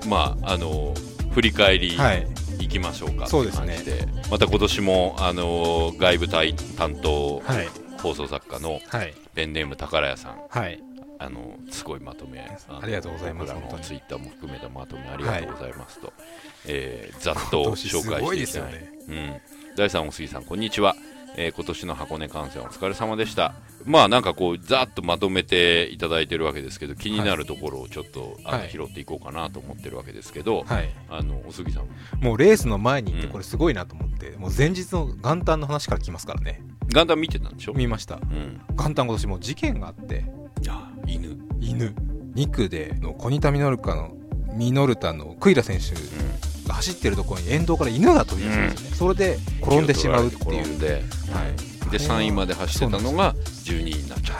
まあ振り返り、行きましょうかっていう感じで、また今年も外部担当、放送作家のペンネーム宝屋さん、すごいまとめ、 ありがとうございます。 僕らのツイッターも含めたまとめありがとうございますと、ざっと紹介していきたい。第3お杉さんこんにちは、今年の箱根観戦お疲れ様でした。まあなんかこうざっとまとめていただいてるわけですけど、気になるところをちょっと拾っていこうかなと思ってるわけですけど、お杉さんもうレースの前に行ってこれすごいなと思って、もう前日の元旦の話から来ますからね。 元旦見てたんでしょ。 見ました、元旦今年も事件があって、 犬 2区でのコニタミノルタのクイラ選手が走ってるところに沿道から犬が飛び出すんですよね、それで転んでしまうっていう。で3位まで走ってたのが12位になっちゃった、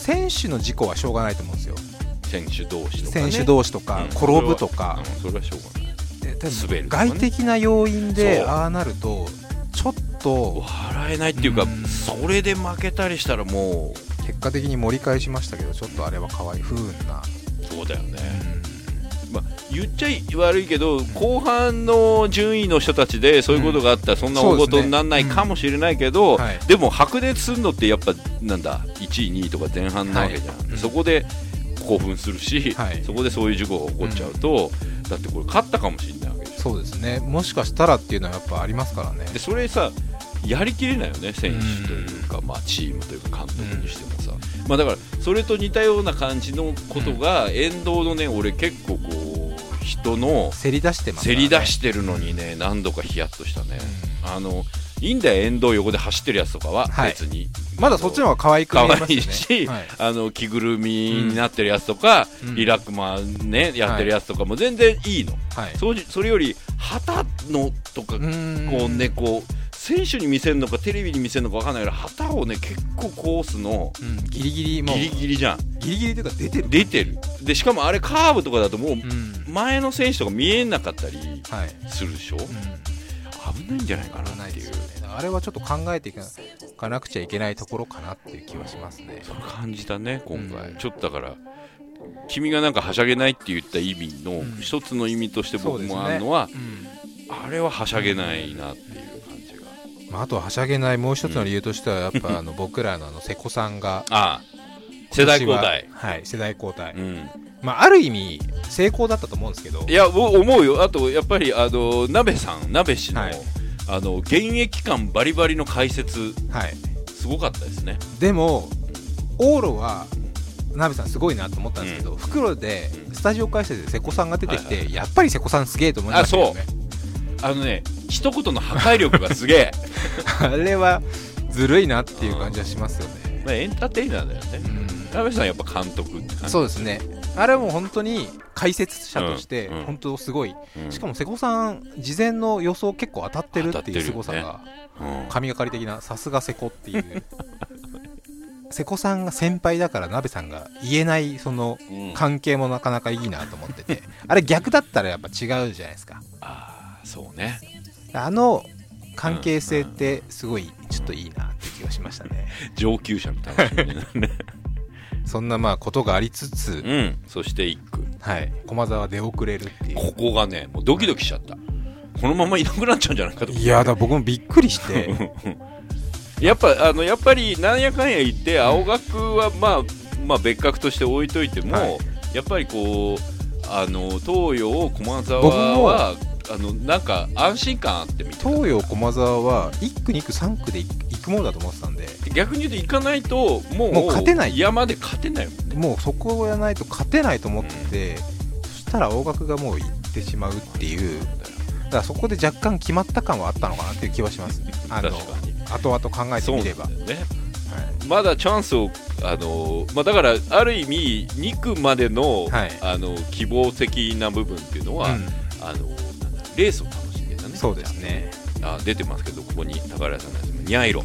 選手の事故はしょうがないと思うんですよ。 選手同士とか、 選手同士とか、転ぶとか、 それはしょうがない。滑るとかね、外的な要因でああなるとちょっと笑えないっていうか、それで負けたりしたらもう結果的に盛り返しましたけど、ちょっとあれはかわい不運な。 そうだよね、言っちゃ悪いけど、後半の順位の人たちでそういうことがあったらそんな大事にならないかもしれないけど、でも白熱するのってやっぱなんだ1位2位とか前半なわけじゃん、そこで興奮するし、そこでそういう事故が起こっちゃうと、だってこれ勝ったかもしれないわけでしょ。 そうですね、もしかしたらっていうのはやっぱありますからね。 でそれさやりきれないよね、選手というか、チームというか監督にしてもさ、だからそれと似たような感じのことが、沿道のね、俺結構こう人のせり出してますからね。せり出してるのにね、何度かヒヤッとしたね、いいんだよ沿道横で走ってるやつとかは、別にまだそっちの方が可愛く見えますね。可愛いし、着ぐるみになってるやつとか、リラクマねやってるやつとかも全然いいの、それより旗のとかこうね、こう選手に見せるのかテレビに見せるのか分かんないけど、旗をね結構コースの、 ギリギリじゃん。 ギリギリというか出てる。でしかもあれカーブとかだともう前の選手とか見えなかったりするでしょ、危ないんじゃないかなっていう、 あれはちょっと考えていかなくちゃいけないところかなっていう気はしますね。 そう感じたね今回、ちょっとだから君がなんかはしゃげないって言った意味の一つの意味として僕もあるのは、あれははしゃげないなっていう感じが、 あとははしゃげないもう一つの理由としてはやっぱ僕らの瀬古さんが世代交代、 世代交代、ある意味成功だったと思うんですけど。 いや思うよ。あとやっぱり鍋氏の、 現役感バリバリの解説、 はい、 すごかったですね。 でも往路はナベさんすごいなと思ったんですけど、袋でスタジオ解説で瀬古さんが出てきて、やっぱり瀬古さんすげえと思いましたよね。 一言の破壊力がすげえあれはずるいなっていう感じはしますよね。 エンターテイナーだよね。ナベさんやっぱ監督って感じ。 そうですね。あれはもう本当に解説者として本当すごい、しかも瀬古さん事前の予想結構当たってるっていうすごさが、神がかり的な、さすが瀬古っていう瀬古さんが先輩だから鍋さんが言えないその関係もなかなかいいなと思ってて、あれ逆だったらやっぱ違うじゃないですか。 そうね。 関係性ってすごいちょっといいなって気がしましたね。 上級者の楽しみねそんなことがありつつ、 そして1区、 駒澤出遅れるっていう、 ここがねもうドキドキしちゃった、このままいなくなっちゃうんじゃないかと。 いやだ僕もびっくりしてやっぱりなんやかんや言って青学はまあ別格として置いといても、やっぱりこう東洋駒澤はなんか安心感あってみたいな。 東洋駒澤は1区2区3区で行くものだと思ってたんで、 逆に言うと行かないともう勝てない、 山で勝てないもんね。 もうそこをやらないと勝てないと思って、そしたら青学がもう行ってしまうっていう、だからそこで若干決まった感はあったのかなっていう気はしますね。 確かに後々考えてみれば、 まだチャンスをだからある意味2区までの、希望的な部分っていうのは、レースを楽しんでたね。 そうですね。 出てますけど、ここに高原さんのやつもニャイロ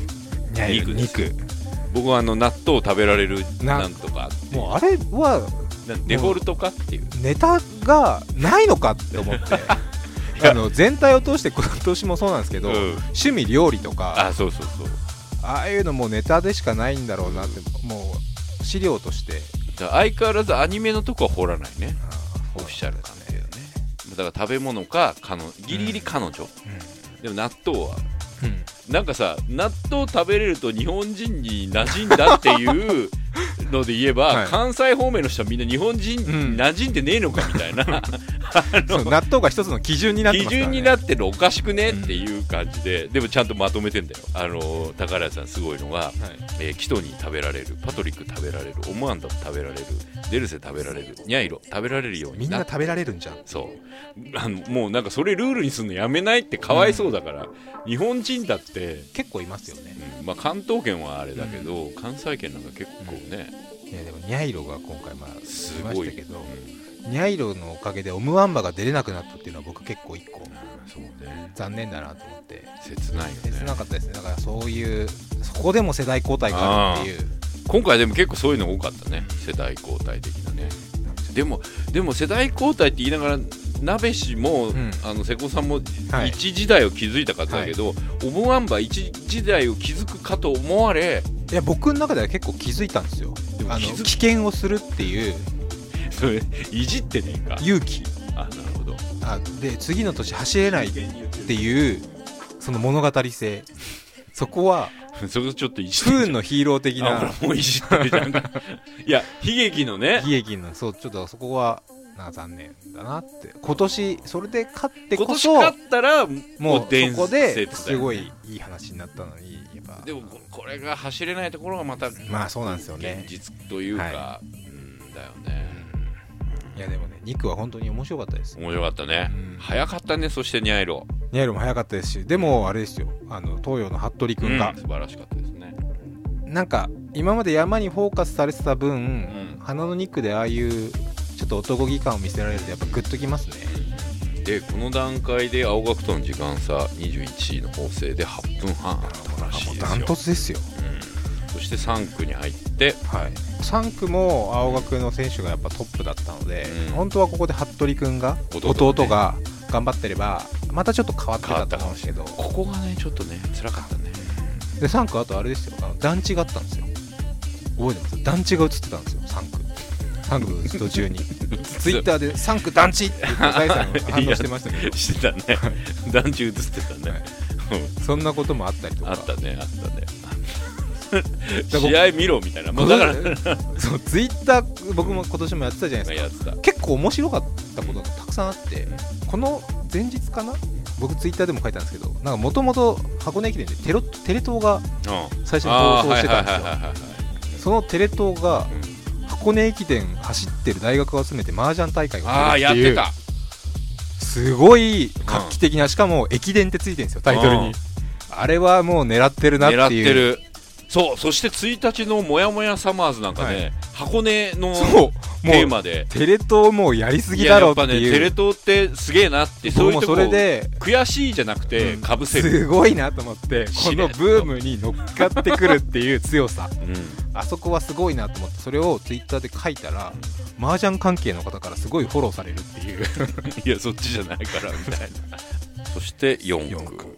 2区、 僕は納豆を食べられるなんとか、 もうあれはデフォルトかっていうネタがないのかって思って全体を通して今年もそうなんですけど、趣味料理とか、 そうああいうのもネタでしかないんだろうなって、もう資料として相変わらずアニメのとこは掘らないね、オフィシャル感だよね。だから食べ物かギリギリ彼女、でも納豆は、なんかさ、納豆食べれると日本人に馴染んだっていうので言えば、関西方面の人はみんな日本人に馴染んでねえのかみたいな、 納豆が一つの基準になってますからね。 基準になってるおかしくねっていう感じで、でもちゃんとまとめてんだよ。高原さんすごいのが、キトニー食べられる、パトリック食べられる、オムアンダム食べられる、デルセ食べられる、ニャイロ食べられるようにみんな食べられるんじゃん。 そうもうなんかそれルールにするのやめないってかわいそうだから、日本人だって結構いますよね。 関東圏はあれだけど、関西圏なんか結構ね、 いやでもニャイロが今回す出まごいしたけど、ニャイロのおかげでオムワンバが出れなくなったっていうのは僕結構一個残念だなと思って、 切ないよね。 切なかったですね。だからそういうそこでも世代交代があるっていう、 今回でも結構そういうの多かったね、世代交代的なね。でも世代交代って言いながら鍋氏も、瀬古さんも一時代を築いた方だけど、オムワンバ一時代を築くかと思われ、 いや僕の中では結構気づいたんですよ。危険をするっていう、 それいじってねえか、 勇気。 なるほど。 で次の年走れないっていうその物語性、そこはそれちょっといじって不運のヒーロー的な、 もういじってるじゃんいや悲劇のね、 悲劇の、そうちょっとそこは残念だなって。今年それで勝ってこそ、 今年勝ったらもう伝そこ説だよね、 ですごいいい話になったのに、やっぱでもこれが走れないところがまたそうなんですよね、 現実というか、だよね。 いやでもね、2区は本当に面白かったです。 面白かったね、早かったね。そしてニャイロも早かったですし、でもあれですよ、東洋の服部君が、 素晴らしかったですね。 なんか今まで山にフォーカスされてた分、花の2区でああいうちょっと男気感を見せられるとやっぱグッときますね。 でこの段階で青学との時間差21位の法政で8分半あったらしいですよ。 ダントツですよ、 そして3区に入って、 3区も青学の選手がやっぱトップだったので、本当はここで服部君が、弟が頑張ってればまたちょっと変わってたと思うんですけど、 ここがねちょっとね辛かったね。 で3区あとあれですよ、団地があったんですよ。覚えてます？団地が映ってたんですよ、3区途中にツイッターで3区団地って言って大さんが反応してましたけどしてたね団地映ってたね、 そんなこともあったりとか、 あったね試合見ろみたいな、もうだからそうツイッター僕も今年もやってたじゃないですか。結構面白かったことがたくさんあって、この前日かな、 僕ツイッターでも書いたんですけど、なんかもともと箱根駅伝でテレ東が最初に放送してたんですよ。そのテレ東が箱根駅伝走ってる大学を集めて麻雀大会をするっていう、すごい画期的な、しかも駅伝ってついてるんですよタイトルに。あれはもう狙ってるなっていう。狙ってる。 そう、そして1日のもやもやサマーズなんかね、箱根のテーマでテレ東もうやりすぎだろうっていう。 やっぱね、テレ東ってすげえなって、そういうところ悔しいじゃなくてかぶせる、 すごいなと思って、このブームに乗っかってくるっていう強さ、あそこはすごいなと思って、それをツイッターで書いたら、麻雀関係の方からすごいフォローされるっていういやそっちじゃないからみたいなそして4区、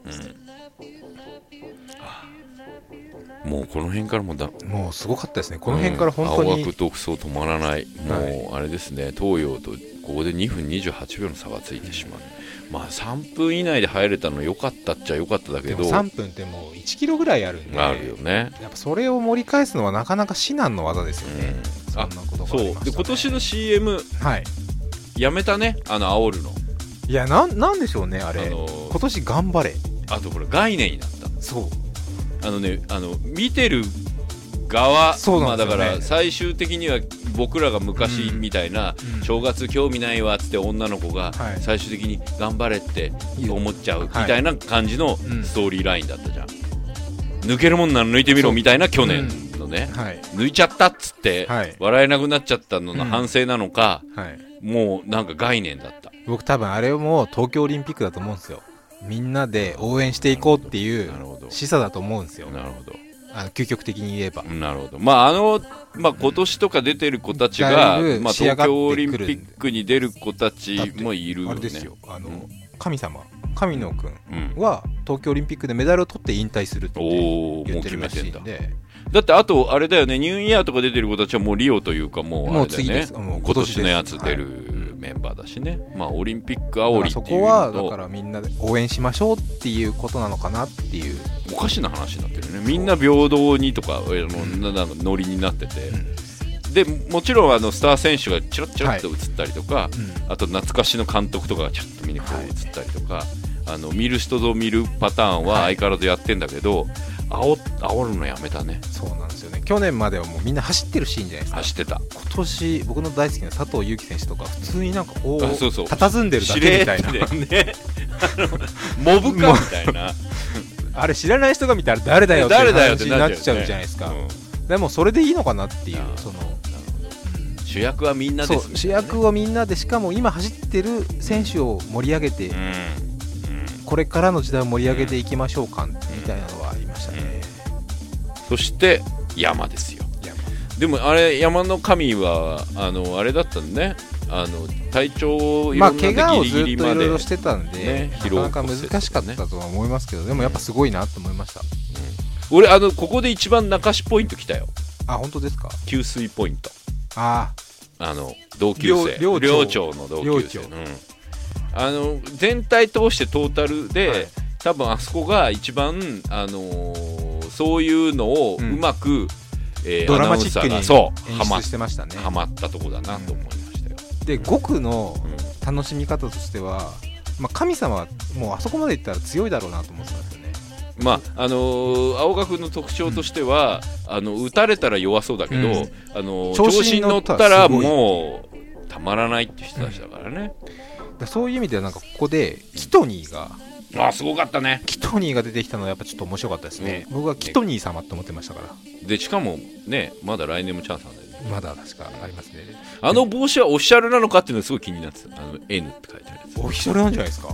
もうこの辺からもうすごかったですね。この辺から本当に、 青学独走止まらない。もうあれですね、東洋とここで2分28秒の差がついてしまう。まあ3分以内で入れたの良かったっちゃ良かっただけど、でも 3分ってもう1キロぐらいあるんで、 あるよね。 やっぱそれを盛り返すのはなかなか至難の技ですよね。そんなことがありましたね。 そうで今年の CM、やめたね、煽るの。 いやなんでしょうねあれ、今年頑張れ。 あとこれ概念になった。 そう見てる側、 そうなんですよね。 だから最終的には僕らが昔みたいな、正月興味ないわっつって女の子が最終的に頑張れって思っちゃうみたいな感じのストーリーラインだったじゃん。抜けるもんなら抜いてみろみたいな去年のね、抜いちゃったっつって笑えなくなっちゃったのの反省なのか、もうなんか概念だった。 僕多分あれも東京オリンピックだと思うんですよ。みんなで応援していこうっていう示唆だと思うんですよ。 なるほど。 究極的に言えば。 なるほど。今年とか出てる子たちが、東京オリンピックに出る子たちもいるよね。 あれですよ。神野くんは東京オリンピックでメダルを取って引退するって言ってるらしいんで。 だってあとあれだよね、ニューイヤーとか出てる子たちはもうリオというかもうあれだよね、 次です。 今年のやつ出るメンバーだしね。オリンピック煽りっていうのと、 そこはだからみんなで応援しましょうっていうことなのかなっていう。 おかしな話になってるね。みんな平等にとかノリになってて、でもちろんスター選手がチラッチラッと映ったりとか、あと懐かしの監督とかがちょっと見にこう映ったりとか、見る人ぞ見るパターンは相変わらずやってんだけど、煽るのやめたね。 そうなんですよね。去年まではもうみんな走ってるシーンじゃないですか。 走ってた。 今年僕の大好きな佐藤悠基選手とか普通になんかこう佇んでるだけみたいな、 ね、モブかみたいなあれ知らない人が見たら誰だよっていう話になっちゃうじゃないですか。でもそれでいいのかなっていう、 主役はみんなです、ね、 主役はみんなで、しかも今走ってる選手を盛り上げて、これからの時代を盛り上げていきましょうかみたいなのはありましたね。 そして山ですよ。でもあれ山の神はあれだったんね、体調いろんな怪我をギリギリまで、 ずっといろいろしてたんで、なかなか難しかったとは思いますけど、でもやっぱすごいなと思いました。 俺ここで一番中志ポイント来たよ。 あ、本当ですか。 給水ポイント。同級生、寮長の同級生、全体通してトータルで、多分あそこが一番、そういうのをうまく、 ドラマチックに演出してましたね。 ハマったとこだなと思いましたよ。 で5区の楽しみ方としては、神様はもうあそこまでいったら強いだろうなと思ってたんですよね。 青学の特徴としては、打たれたら弱そうだけど、調子に乗ったらもうたまらないって人たちだからね。 そういう意味ではなんかここでキトニーがすごかったね。 キトニーが出てきたのはやっぱちょっと面白かったですね。僕はキトニー様って思ってましたから。 でしかもね、まだ来年もチャンスあるんだよね。 まだ確かありますね。 帽子はオフィシャルなのかっていうのがすごい気になってた。N って書いてあるやつ。 オフィシャルなんじゃないですか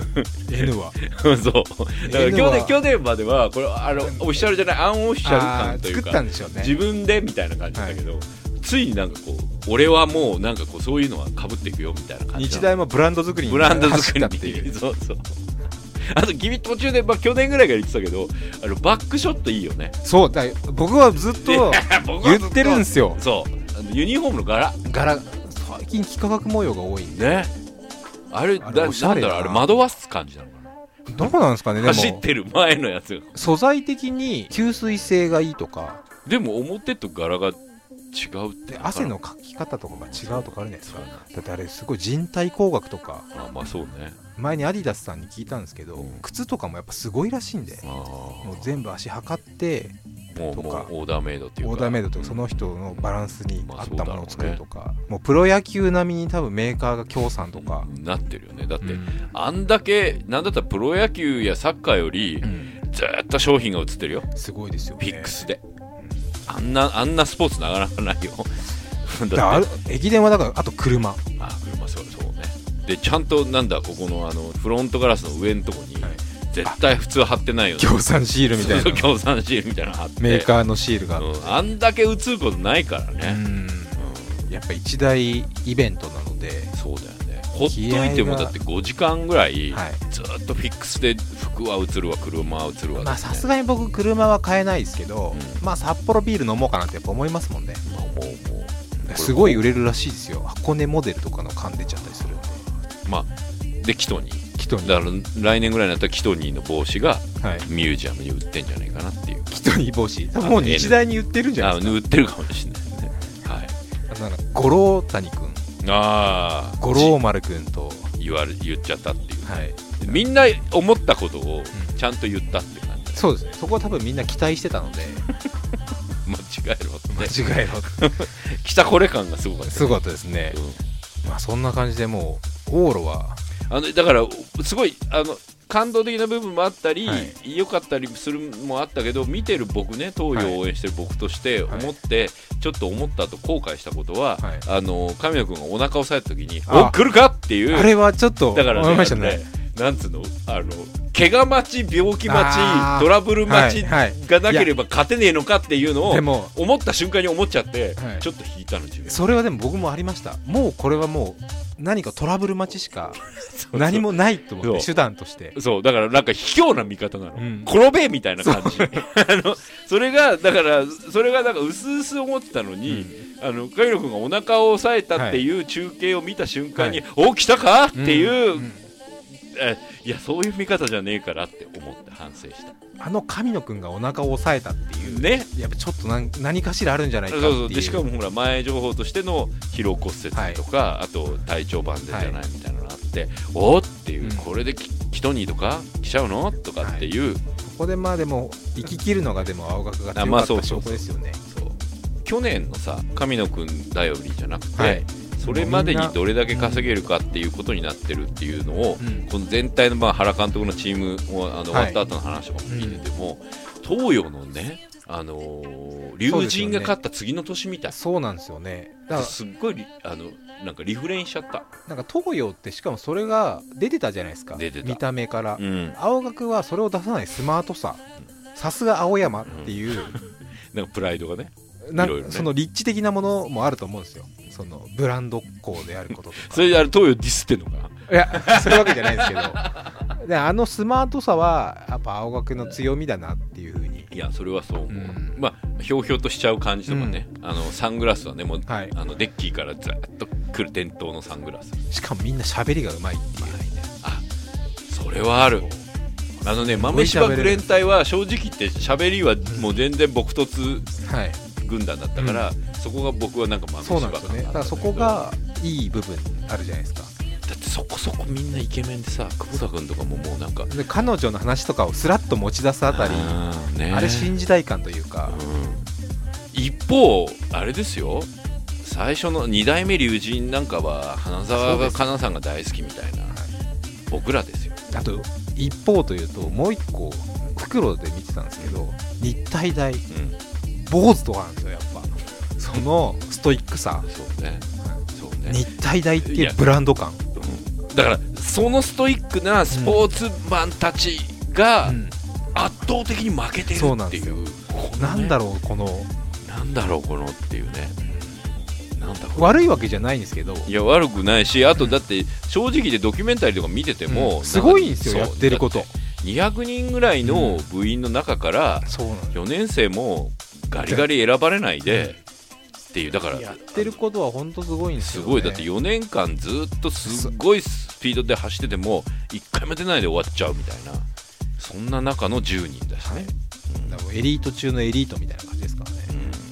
N はそうだから去年まではこれオフィシャルじゃないアンオフィシャル感というか作ったんでしょうね、 自分でみたいな感じだけど、ついになんかこう俺はもうなんかこうそういうのは被っていくよみたいな感じ。 日大もブランド作りに走ったっていう。 そうあと君途中で、去年ぐらいから言ってたけどバックショットいいよね。 そうだ、僕はずっと言ってるんですよ。 そうユニフォームの柄最近幾何学模様が多いんでね。あれなんだろう、あれ惑わす感じなのかな。 どうなんですかね。でも走ってる前のやつ素材的に吸水性がいいとか。 でも表と柄が違うってで汗のかき方とかが違うとかあるじゃないですか。だってあれすごい人体工学とか、 まあそうね、 前にアディダスさんに聞いたんですけど、靴とかもやっぱすごいらしいんで、もう全部足測ってもうオーダーメイドっていうか、 オーダーメイドとかその人のバランスに合ったものを作るとか、もうプロ野球並みに多分メーカーが協賛とかなってるよね。だって、あんだけなんだったらプロ野球やサッカーよりずっと商品が映ってるよ。 すごいですよね。 フィックスであんなスポーツなかなかないよ。 だ駅伝はだからあと車そうね。でちゃんとなんだここのフロントガラスの上のとこに、絶対普通は貼ってないよね。 協賛シールみたいな、 協賛シールみたいなの貼って、 メーカーのシールがあって、 あんだけ映ることないからね。 やっぱ一大イベントなので、 そうだよね。ほっといてもだって5時間ぐらいずっとフィックスで服は映るわ車は映るわ、 まあさすがに僕車は買えないですけど、まあ札幌ビール飲もうかなってやっぱ思いますもんね。もうすごい売れるらしいですよ。箱根モデルとかの缶出ちゃったりするんで。 まあでキトニだから来年ぐらいになったらキトニーの帽子がミュージアムに売ってんじゃないかなっていう。 キトニー帽子もう日大に売ってるんじゃないですか。 売ってるかもしれないね。はい。 なんか五郎谷くん、五郎丸くんと言っちゃったっていう、はい、みんな思ったことをちゃんと言ったって感じ、 そうですね。そこは多分みんな期待してたので間違えろって間違えろ来たこれ感がすごかった、 すごかったですね。まあそんな感じでもう往路はだからすごい感動的な部分もあったり、良かったりするもあったけど、見てる僕ね、東洋を応援してる僕としてちょっと思った後後悔したことは、神野君がお腹を押さえた時にお来るかっていう、 あれはちょっと思いましたね。 なんつうの怪我待ち、病気待ち、トラブル待ちがなければ勝てねえのかっていうのを思った瞬間に思っちゃって、ちょっと引いたの自分。 それはでも僕もありました。もうこれはもう何かトラブル待ちしか何もないと思って、手段として。 そうだからなんか卑怯な見方なの、転べみたいな感じそれがだから薄々思ってたのに、神野君がお腹を押さえたっていう中継を見た瞬間に、お来たかっていう、いやそういう見方じゃねえからって思って反省した。 神野くんがお腹を押さえたっていうね、やっぱちょっと何かしらあるんじゃないかっていう。 そうでしかもほら前情報としての疲労骨折とか、あと体調万全じゃないみたいなのがあって、おーっていう、これでキトニーとか来ちゃうのとかっていう、 そこでまあでも生き切るのがでも青学が強かった証拠ですよね。 去年のさ神野くん頼りじゃなくて、それまでにどれだけ稼げるかっていうことになってるっていうのを、この全体の原監督のチームを終わった後の話とかも聞いてても、東洋のね、龍神が勝った次の年みたい。 そうなんですよね。 だからすっごいなんかリフレインしちゃった。 なんか東洋ってしかもそれが出てたじゃないですか。見た目から、青学はそれを出さないスマートさ、さすが青山っていう、 なんかプライドがね、 その立地的なものもあると思うんですよ。そのブランド校であることとか。 それで東洋ディスってんのかな。 いやそういうわけじゃないですけどでスマートさはやっぱ青学の強みだなっていうふうに。 いやそれはそう思う、まあひょうひょうとしちゃう感じとかね、サングラスはねもう、デッキーからずっと来る伝統のサングラス、 しかもみんな喋りがうまいっていう、 それはある。豆柴グレン隊は正直言って喋りはもう全然朴突軍団だったから、そこが僕はなんか豆柴かな。そうなんですよね。だからそこがいい部分あるじゃないですか。 だってそこそこみんなイケメンでさ、久保田君とかももうなんかで彼女の話とかをスラッと持ち出すあたり、あれ新時代感というか、 一方あれですよ、最初の2代目龍神なんかは花澤香菜さんが大好きみたいな、僕らですよ。 あと一方というともう一個袋で見てたんですけど、日体大、坊主とかなんですよ。やっぱそのストイックさ、 そうね、 日体大っていうブランド感、 だからそのストイックなスポーツマンたちが圧倒的に負けてるっていう、 なんだろうこのっていうね、 悪いわけじゃないんですけど、 いや悪くないし、あとだって正直でドキュメンタリーとか見てても、 すごいんですよやってること。 200人ぐらいの部員の中から4年生もガリガリ選ばれないでっていう、だからやってることは本当すごいんですよね。 すごい。だって4年間ずっとすごいスピードで走ってても1回も出ないで終わっちゃうみたいな、そんな中の10人だしね、 エリート中のエリートみたいな感じですからね。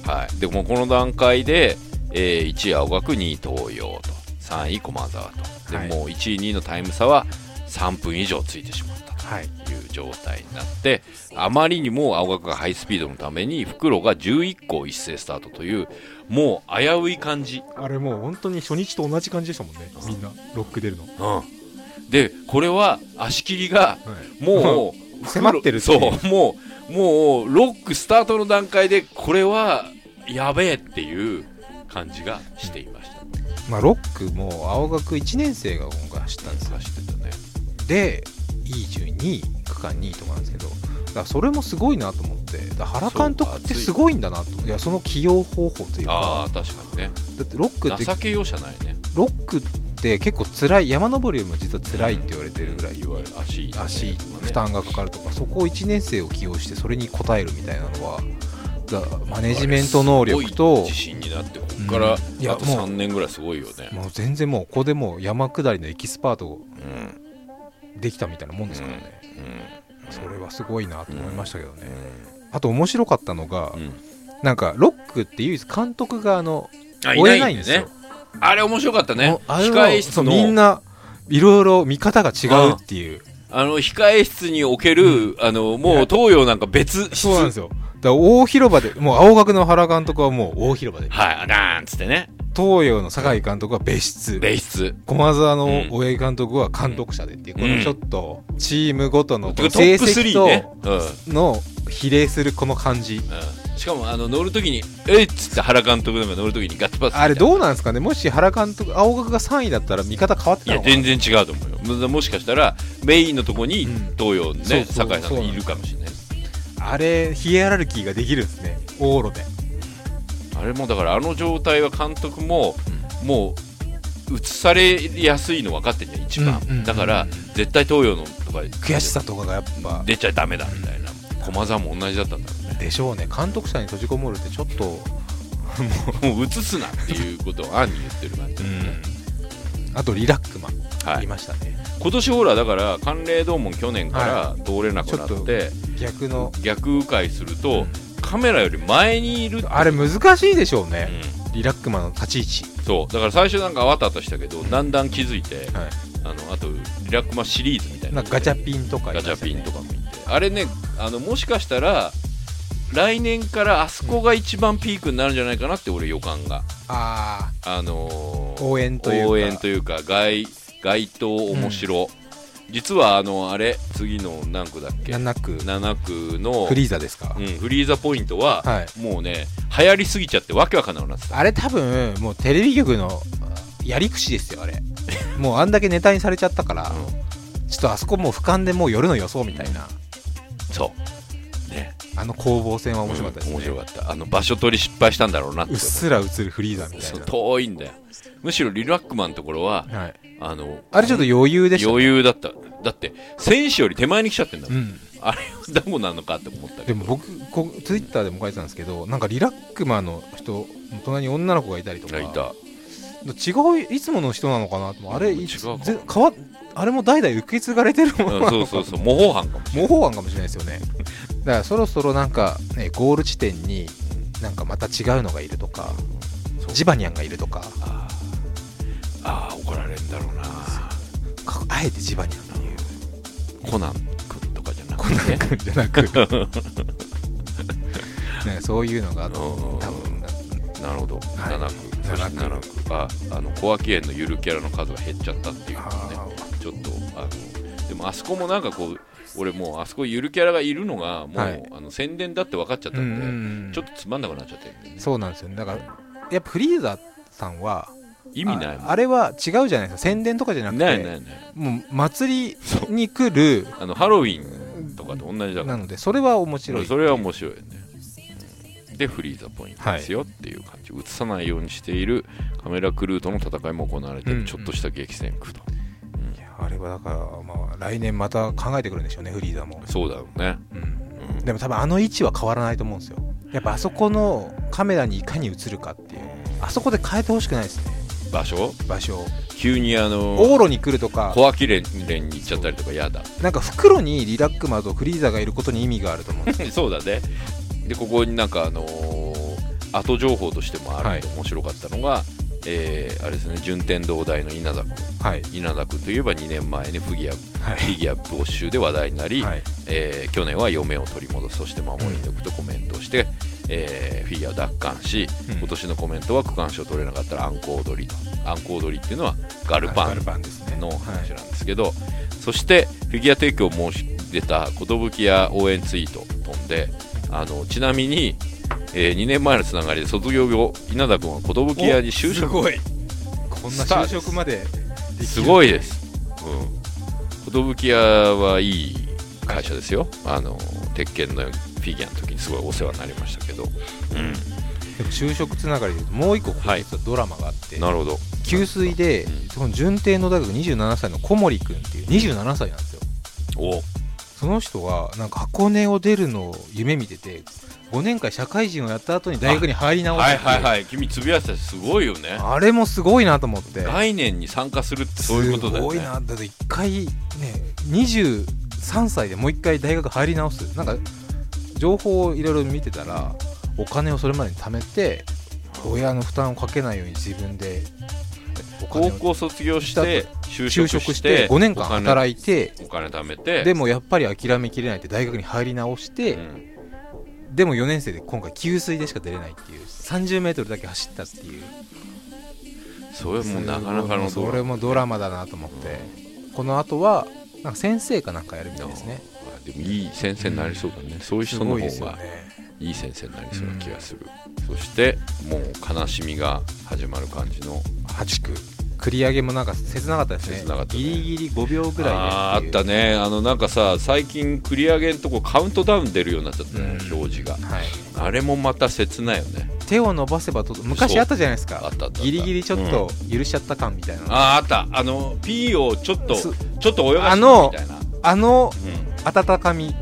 はい、でもこの段階で、1位青学、2位東洋と3位駒澤とで、もう1位2位のタイム差は3分以上ついてしまったという状態になって、あまりにも青学がハイスピードのために復路が11校一斉スタートというもう危うい感じ。 あれもう本当に初日と同じ感じでしたもんね、みんなロック出るの、 でこれは足切りがもう、 迫ってるっていう。 そうもうロックスタートの段階でこれはやべえっていう感じがしていました。 まあ、6区も青学1年生が今回走ったんですよ。 走ってたね。 でいい順位区間2位とかなんですけど、だからそれもすごいなと思って、だから原監督ってすごいんだなと。いやその起用方法というか、 確かにね。 だって6区って情け容赦ないね。 6区って結構辛い、山登りよりも実は辛いって言われてるぐらい、 いわゆる足負担がかかるとか、そこを1年生を起用してそれに応えるみたいなのはマネジメント能力と自信になって、ここからあと3年ぐらいすごいよね。 もう全然もうここでもう山下りのエキスパートできたみたいなもんですからね、それはすごいなと思いましたけどね、あと面白かったのが、なんかロックって唯一監督が追えないんですよ。 あれ面白かったね。控え室のみんないろいろ見方が違うっていう、 控え室における、もう東洋なんか別室。 そうなんですよ。だから大広場で、もう青学の原監督はもう大広場で、 はい、なんつってね。 東洋の酒井監督は別室、駒澤の大江監督は監督者でっていう、このちょっとチームごとの成績との比例するこの感じ、 しかも乗るときにっつって原監督が乗るときにガッツパス、 あれどうなんですかね。もし原監督青学が3位だったら見方変わってたのかな。 いや全然違うと思うよ。もしかしたらメインのとこに東洋ね、酒井さんがいるかもしれない。あれヒエラルキーができるんですね、往路で。 あれもだから状態は監督も、もう映されやすいの分かってんじゃん一番、だから絶対東洋のとか悔しさとかがやっぱ出ちゃダメだみたいな、駒澤も同じだったんだろうね。 でしょうね。監督者に閉じこもるってちょっともう映すなっていうことを暗に言ってる感じですね。 あとリラックマン、いましたね。 今年ほらだから寒冷洞門去年から通れなくなって、 逆迂回すると、カメラより前にいるって。 あれ難しいでしょうね、リラックマの立ち位置。 そうだから最初なんかわたわたしたけど、だんだん気づいて、あとリラックマシリーズみたいなガチャピンとかもいて、あれね、もしかしたら来年からあそこが一番ピークになるんじゃないかなって俺予感が。応援というか街頭面白、実はあれ次の何区だっけ、7区のフリーザですか、 フリーザポイントは、もうね流行りすぎちゃってわけわかんなくなってた。 あれ多分もうテレビ局のやり口ですよあれもうあんだけネタにされちゃったから、ちょっとあそこもう俯瞰でもう夜の予想みたいな、 そうね、 攻防戦は面白かったですね、 面白かった。場所取り失敗したんだろうなって、 うっすら映るフリーザみたいな。 遠いんだよ。むしろリラックマンのところは、 あれちょっと余裕でした、ね、 余裕だった。だって選手より手前に来ちゃってんだもん、あれはどうなのかって思ったけど。 でも僕ツイッターでも書いてたんですけど、なんかリラックマンの人隣に女の子がいたりとか、いつもの人なのかなと。あれあれも代々受け継がれてるものなのかな、 そう模倣犯かもしれないですよねだからそろそろなんか、ね、ゴール地点になんかまた違うのがいるとか、ジバニャンがいるとか、 怒られるんだろうな。 あえてジバニャンっていうコナン君とかじゃなくて、 コナン君じゃなくね、そういうのが多分なるほど、7区小涌園のゆるキャラの数が減っちゃったっていうのね、ちょっとでもあそこもなんかこう俺もうあそこゆるキャラがいるのがもう、宣伝だって分かっちゃったんで、ちょっとつまんなくなっちゃってるんで、ね、 そうなんですよね。だからやっぱフリーザさんは意味ないもん。 あれは違うじゃないですか、宣伝とかじゃなくて、もう祭りに来るハロウィンとかと同じだから、 なのでそれは面白い。 それは面白いよね。でフリーザポイントですよっていう感じ、映さないようにしているカメラクルーとの戦いも行われている、ちょっとした激戦区と、 あれはだから、来年また考えてくるんでしょうね、フリーザも。 そうだろうね、 でも多分位置は変わらないと思うんですよ。やっぱあそこのカメラにいかに映るかっていう、あそこで変えてほしくないですね、場所急に往路に来るとか小涌連に行っちゃったりとか嫌だ。 なんか袋にリラックマとフリーザがいることに意味があると思うそうだね。でここになんか後情報としてもあると面白かったのが、あれですね、順天堂大の稲田君、稲田君といえば2年前にフィギュア没収で話題になり、去年は嫁を取り戻す、そして守り抜くとコメントをして、フィギュアを奪還し、今年のコメントは区間賞取れなかったらあんこ踊りと。あんこ踊りっていうのはガルパンの話なんですけど、そしてフィギュア提供申し出た寿屋応援ツイート飛んで、ちなみに、2年前のつながりで卒業後稲田君は寿屋に就職。 すごい、こんな就職までできる。 すごいです、寿屋はいい会社ですよ。鉄拳のフィギュアの時にすごいお世話になりましたけど、 でも就職つながりでもう一個実はドラマがあって、 なるほど、 給水で、その順天堂大学27歳の小森君っていう27歳なんですよ。その人がなんか箱根を出るのを夢見てて、5年間社会人をやった後に大学に入り直して、 君つぶやいてた、すごいよね。 あれもすごいなと思って。 概念に参加するってそういうことだよね。 すごいな。だって1回ね、23歳でもう1回大学入り直す、なんか情報をいろいろ見てたら、お金をそれまでに貯めて親の負担をかけないように自分で高校卒業して就職して 5年間働いてお金貯めて、 でもやっぱり諦めきれないって大学に入り直して、でも4年生で今回給水でしか出れないっていう、30メートルだけ走ったっていう、 それもなかなかのそれもドラマだなと思って、この後はなんか先生かなんかやるみたいですね。 でもいい先生になりそうだね、そういう人の方がいい先生になりそうな気がする。そしてもう悲しみが始まる感じの 8区繰り上げもなんか切なかったですね。ギリギリ5秒ぐらいであったね。なんかさ、最近繰り上げのとこカウントダウン出るようになっちゃったね、表示が、あれもまた切ないよね。 手を伸ばせば昔あったじゃないですか。 あったギリギリちょっと許しちゃった感みたいな、 あった。P をちょっと泳がしてみたいな、 温かみ、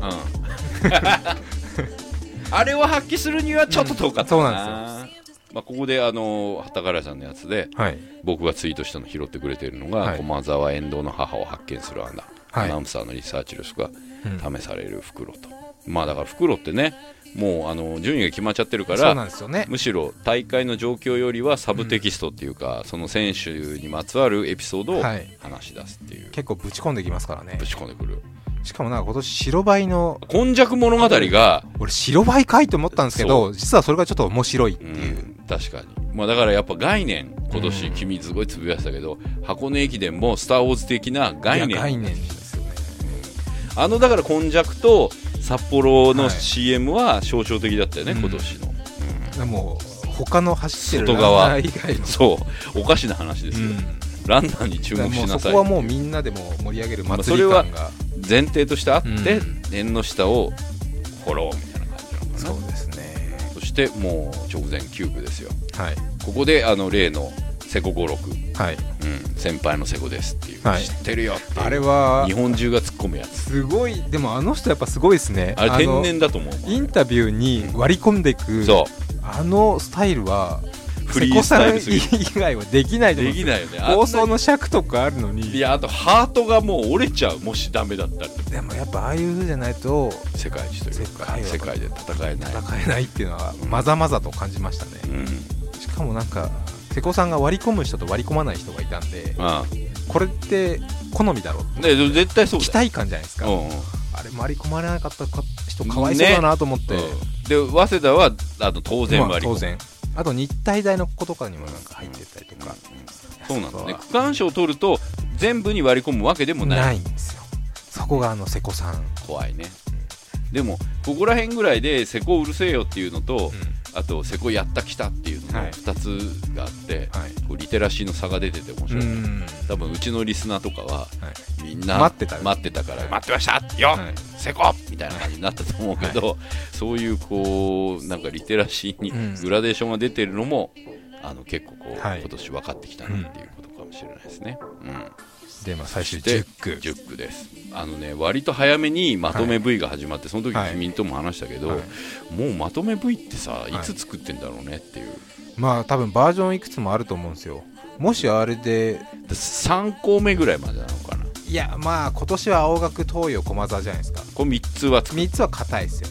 あれを発揮するにはちょっと遠かったな、 そうなんですよ。 ここで畑原さんのやつで、僕がツイートしたの拾ってくれているのが、駒沢遠藤の母を発見するアナウンサーのリサーチ力が試される袋と、だから袋ってね、もう順位が決まっちゃってるから、 そうなんですよね。 むしろ大会の状況よりはサブテキストっていうか、その選手にまつわるエピソードを話し出すっていう、 結構ぶち込んできますからね。 ぶち込んでくる。 しかもなんか今年白バイの今昔物語が、 俺白バイかいと思ったんですけど、実はそれがちょっと面白いっていう、 確かに。だからやっぱ概念、今年君すごいつぶやいてたけど、箱根駅伝もスター・ウォーズ的な概念ですよね。 だから今昔と札幌の CM は象徴的だったよね、今年の。 でも他の走ってる外側ランナー以外の、 そうおかしな話ですよ、ランナーに注目しなさい。 そこはもうみんなでも盛り上げる祭り感が前提としてあって、縁の下をフォローみたいな感じなのかな。 そうですね。 そしてもう直前9区ですよ、ここで例の瀬古五六、先輩の瀬古ですっていう、知ってるよっていう、 あれは日本中が突っ込むやつ。 すごい。でも人やっぱすごいですね。 あれ天然だと思う。 インタビューに割り込んでいく、スタイルはフリースタイルすぎる以外はできないと思う。 できないよね。 放送の尺とかあるのに。 いや、あとハートがもう折れちゃう、もしダメだったら。 でもやっぱああいう風じゃないと世界一というか世界で戦えないっていうのはまざまざと感じましたね、しかもなんか瀬古さんが割り込む人と割り込まない人がいたんで、これって好みだろうって、 絶対そうだよ、 期待感じゃないですか、あれ割り込まれなかった人かわいそうだなと思って、 で早稲田は当然割り込む、 当然。あと日体大の子とかにもなんか入ってたりとか、 そうなんだね。区間賞を取ると全部に割り込むわけでもないんですよ。そこが瀬古さん怖いね、でもここら辺ぐらいで瀬古うるせえよっていうのと、あと瀬古やったきたっていうのの2つがあって、リテラシーの差が出てて面白い、多分うちのリスナーとかは、みんな待ってたから待ってましたよ、瀬古みたいな感じになったと思うけど、そういうなんかリテラシーにグラデーションが出てるのも、結構今年分かってきたなっていうことかもしれないですね。 で最終10 区です。割と早めにまとめ V が始まって、その時君とも話したけど、もうまとめ V ってさ、いつ作ってんだろうねっていう、 多分バージョンいくつもあると思うんですよ。もしあれで 3校目ぐらいまでなのかな。 いや今年は青学東洋駒澤じゃないですか。 これ3つは硬いですよね。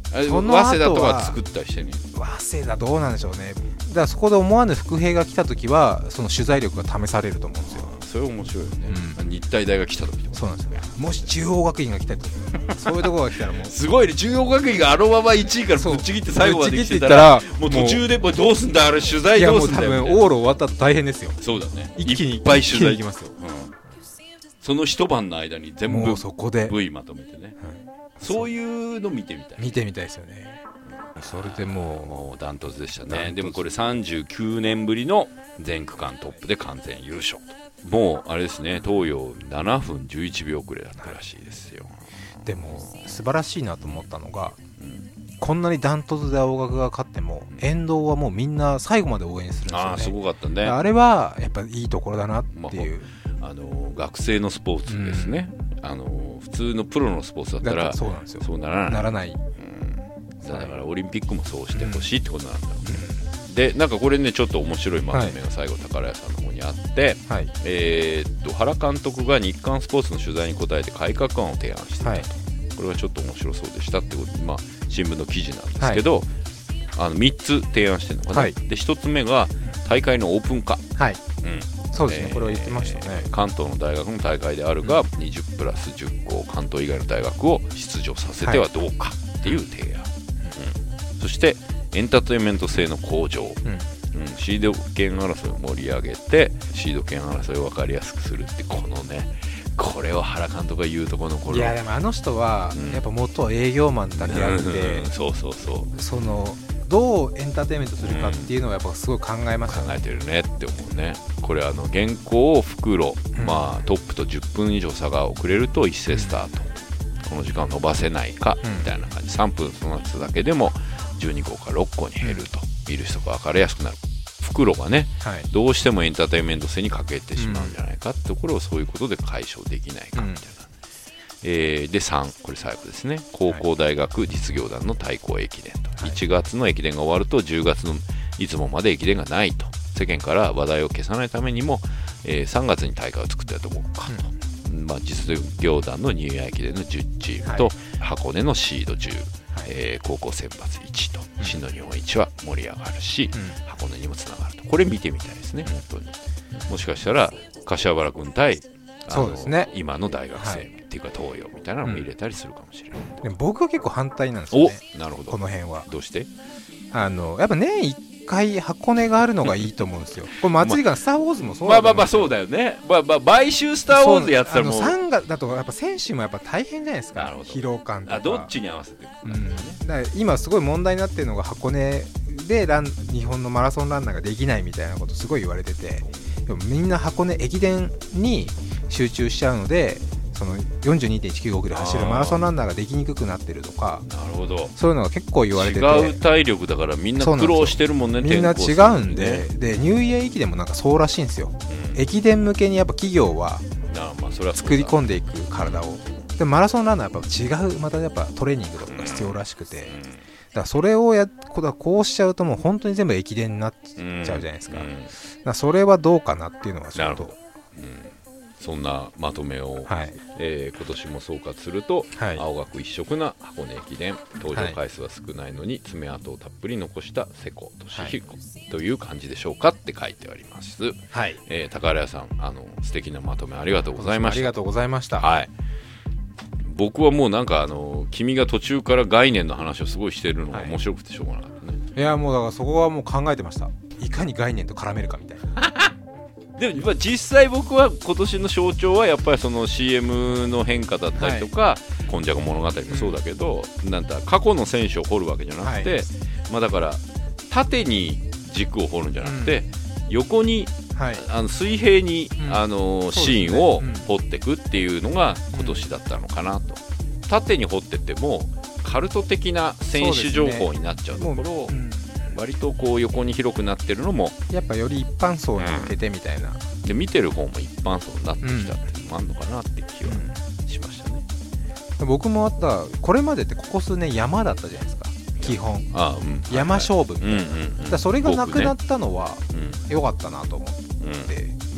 その後は早稲田とか作ったりしてね。 早稲田どうなんでしょうね。だからそこで思わぬ伏兵が来た時はその取材力が試されると思うんですよ。 それ面白いよね、日体大が来た時とか。 そうなんですよ。もし中央学院が来たりとかそういうところが来たらもうすごいね。中央学院があのまま1位からぶっちぎって最後まで来てたららもう途中でもうどうすんだあれ取材どうすんだよ。 いやもう多分往路終わった後大変ですよ。 そうだね。 一気にいっぱい取材行きますよ、 その一晩の間に全部もうそこで V まとめてね、そういうの見てみたい。 見てみたいですよね。それでもうダントツでしたね。でもこれ39年ぶりの全区間トップで完全優勝と。もうあれですね、東洋7分11秒遅れだったらしいですよ。 でも素晴らしいなと思ったのが、こんなにダントツで青学が勝っても沿道はもうみんな最後まで応援するんですよね。 すごかったね。 あれはやっぱいいところだなっていう、 学生のスポーツですね、普通のプロのスポーツだったらそうなんですよ。 そうならない、だからオリンピックもそうしてほしいってことなんだろうね、でなんかこれねちょっと面白いまとめが最後宝屋さんの方にあって、原監督が日刊スポーツの取材に答えて改革案を提案していたと、これはちょっと面白そうでしたってことで、新聞の記事なんですけど、3つ提案してるのかな、で1つ目が大会のオープン化、 そうですね、これは言ってましたね。 関東の大学の大会であるが、20プラス10校関東以外の大学を出場させてはどうかっていう提案、そしてエンターテインメント性の向上、シード権争いを盛り上げてシード権争いを分かりやすくするって、このねこれを原監督が言うとこの頃、 いやでもあの人はやっぱ元営業マンだけあって、そのどうエンターテインメントするかっていうのはやっぱすごい考えましたね。 考えてるねって思うね。これ原稿を袋、トップと10分以上差が遅れると一斉スタート、この時間を伸ばせないかみたいな感じ、3分そのつだけでも12校から6校に減ると、見る人が分かりやすくなる。袋がね、どうしてもエンターテインメント性に欠けてしまうんじゃないかってところをそういうことで解消できないかみたいな、で3、これ最後ですね、高校大学実業団の対抗駅伝と、1月の駅伝が終わると10月のいつもまで駅伝がないと、世間から話題を消さないためにも、3月に大会を作ってはどうかと、実業団のニューイヤー駅伝の10チームと、箱根のシード10、高校選抜1と、真の日本一は盛り上がるし、箱根にもつながると、これ見てみたいですね本当に。もしかしたら柏原君対そうですね、 今の大学生っていうか東洋みたいなのも入れたりするかもしれない、 でも僕は結構反対なんですよね。 なるほど。この辺はどうして？ やっぱ年1回箱根があるのがいいと思うんですよ。これ祭りがスター・ウォーズもそうだと思うんですよ。 そうだよね。毎週スター・ウォーズやってたらもう 3月だとやっぱ選手もやっぱ大変じゃないですか、疲労感とか。 どっちに合わせてる、 だから今すごい問題になってるのが箱根で日本のマラソンランナーができないみたいなことすごい言われてて、でもみんな箱根駅伝に集中しちゃうので、その 42.195 キロ走るマラソンランナーができにくくなってるとか、 なるほど、 そういうのが結構言われてて、 違う体力だからみんな苦労してるもんね。 みんな違うんで、ニューイヤー駅伝もなんかそうらしいんですよ、駅伝向けにやっぱ企業は作り込んでいく体を。でマラソンランナーはやっぱ違う、またやっぱトレーニングとかが必要らしくて、だからそれをこうしちゃうともう本当に全部駅伝になっちゃうじゃないですか。だからそれはどうかなっていうのはちょっと、 そんなまとめを、今年も総括すると、青学一色な箱根駅伝、登場回数は少ないのに爪痕をたっぷり残した瀬古利彦という感じでしょうかって書いてあります。高原屋さん、素敵なまとめありがとうございました。 ありがとうございました。 僕はもうなんか君が途中から概念の話をすごいしてるのが面白くてしょうがなかったね。 いやもうだからそこはもう考えてました。いかに概念と絡めるかみたいな。 でも実際僕は今年の象徴はやっぱりその CM の変化だったりとか、今昔物語もそうだけど、なんだ過去の選手を掘るわけじゃなくて、だから縦に軸を掘るんじゃなくて、横に水平に、シーンを掘っていくっていうのが今年だったのかなと。縦に掘ってってもカルト的な選手情報になっちゃうところを、割とこう横に広くなってるのもやっぱより一般層に向けてみたいな、 で見てる方も一般層になってきたっていうのもあるのかなって気はしましたね。 僕もこれまでってここ数年山だったじゃないですか、基本山勝負みたいな、だそれがなくなったのは良かったなと思って、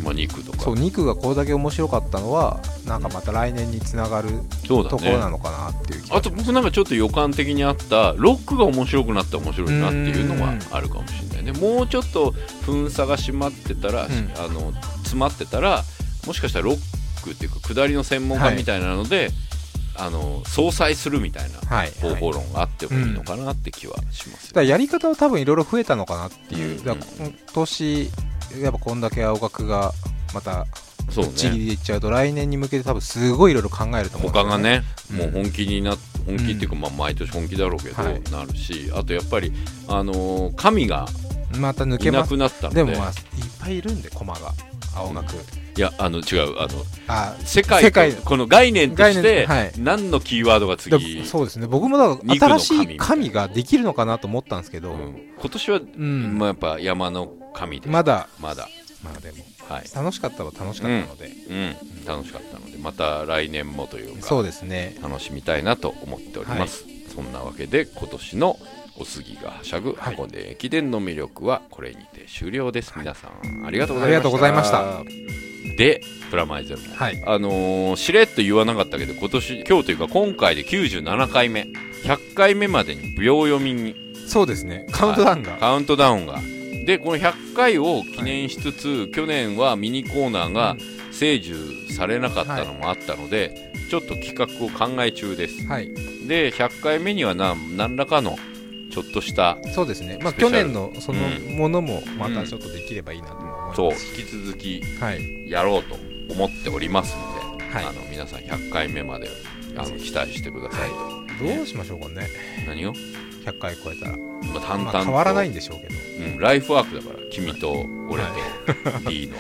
まあ、2区とかそう2区がこれだけ面白かったのはなんかまた来年につながるそうだ、ね、 ところなのかなっていう気がします。 あと僕なんかちょっと予感的にあった6区が面白くなったら面白いなっていうのはあるかもしれないね。もうちょっと噴差が閉まってたら、詰まってたらもしかしたら6区っていうか下りの専門家みたいなので、相殺するみたいな方法論があってもいいのかなって気はします、ね。 だからやり方は多分いろいろ増えたのかなっていう、だから今年やっぱこんだけ青学がまたぶっちぎりでいっちゃうと来年に向けて多分すごいいろいろ考えると思うんですよね。 他がね、もう本気っていうか、まあ毎年本気だろうけど、なるし、あとやっぱり神がまた抜けいなくなったので、 でもまあいっぱいいるんで駒が青学、 いや違う世界この概念として何のキーワードが次、 そうですね。僕もだから新しい神ができるのかなと思ったんですけど、 今年は、まあ、やっぱ山の神でまだでも、 楽しかったは楽しかったので、 楽しかったのでまた来年もというかそうですね、 楽しみたいなと思っております、そんなわけで今年のおすぎがはしゃぐ箱根駅伝の魅力はこれにて終了です。皆さんありがとうございました。でプラマイゼロも、しれっと言わなかったけど今日というか今回で97回目100回目までに秒読みにそうですね、カウントダウンがでこの100回を記念しつつ、去年はミニコーナーが成就されなかったのもあったので、ちょっと企画を考え中です、で100回目には何らかのちょっとしたそうですね、まあ、去年のそのものもまたちょっとできればいいなと思います、 そう引き続きやろうと思っておりますので、皆さん100回目まで期待してくださいと、 どうしましょうかね。 何を 100回超えたら、 まあ、淡々と、 変わらないんでしょうけど、 ライフワークだから君と俺と D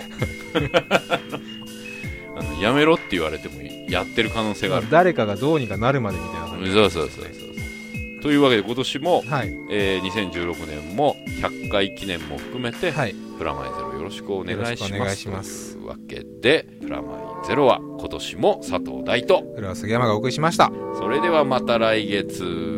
のやめろって言われてもやってる可能性がある、 誰かがどうにかなるまでみたいな感じで、 そうというわけで今年も、2016年も100回記念も含めて、プラマイゼロよろしくお願いしますというわけで、プラマイゼロは今年も佐藤大と浦和杉山がお送りしました。 それではまた来月。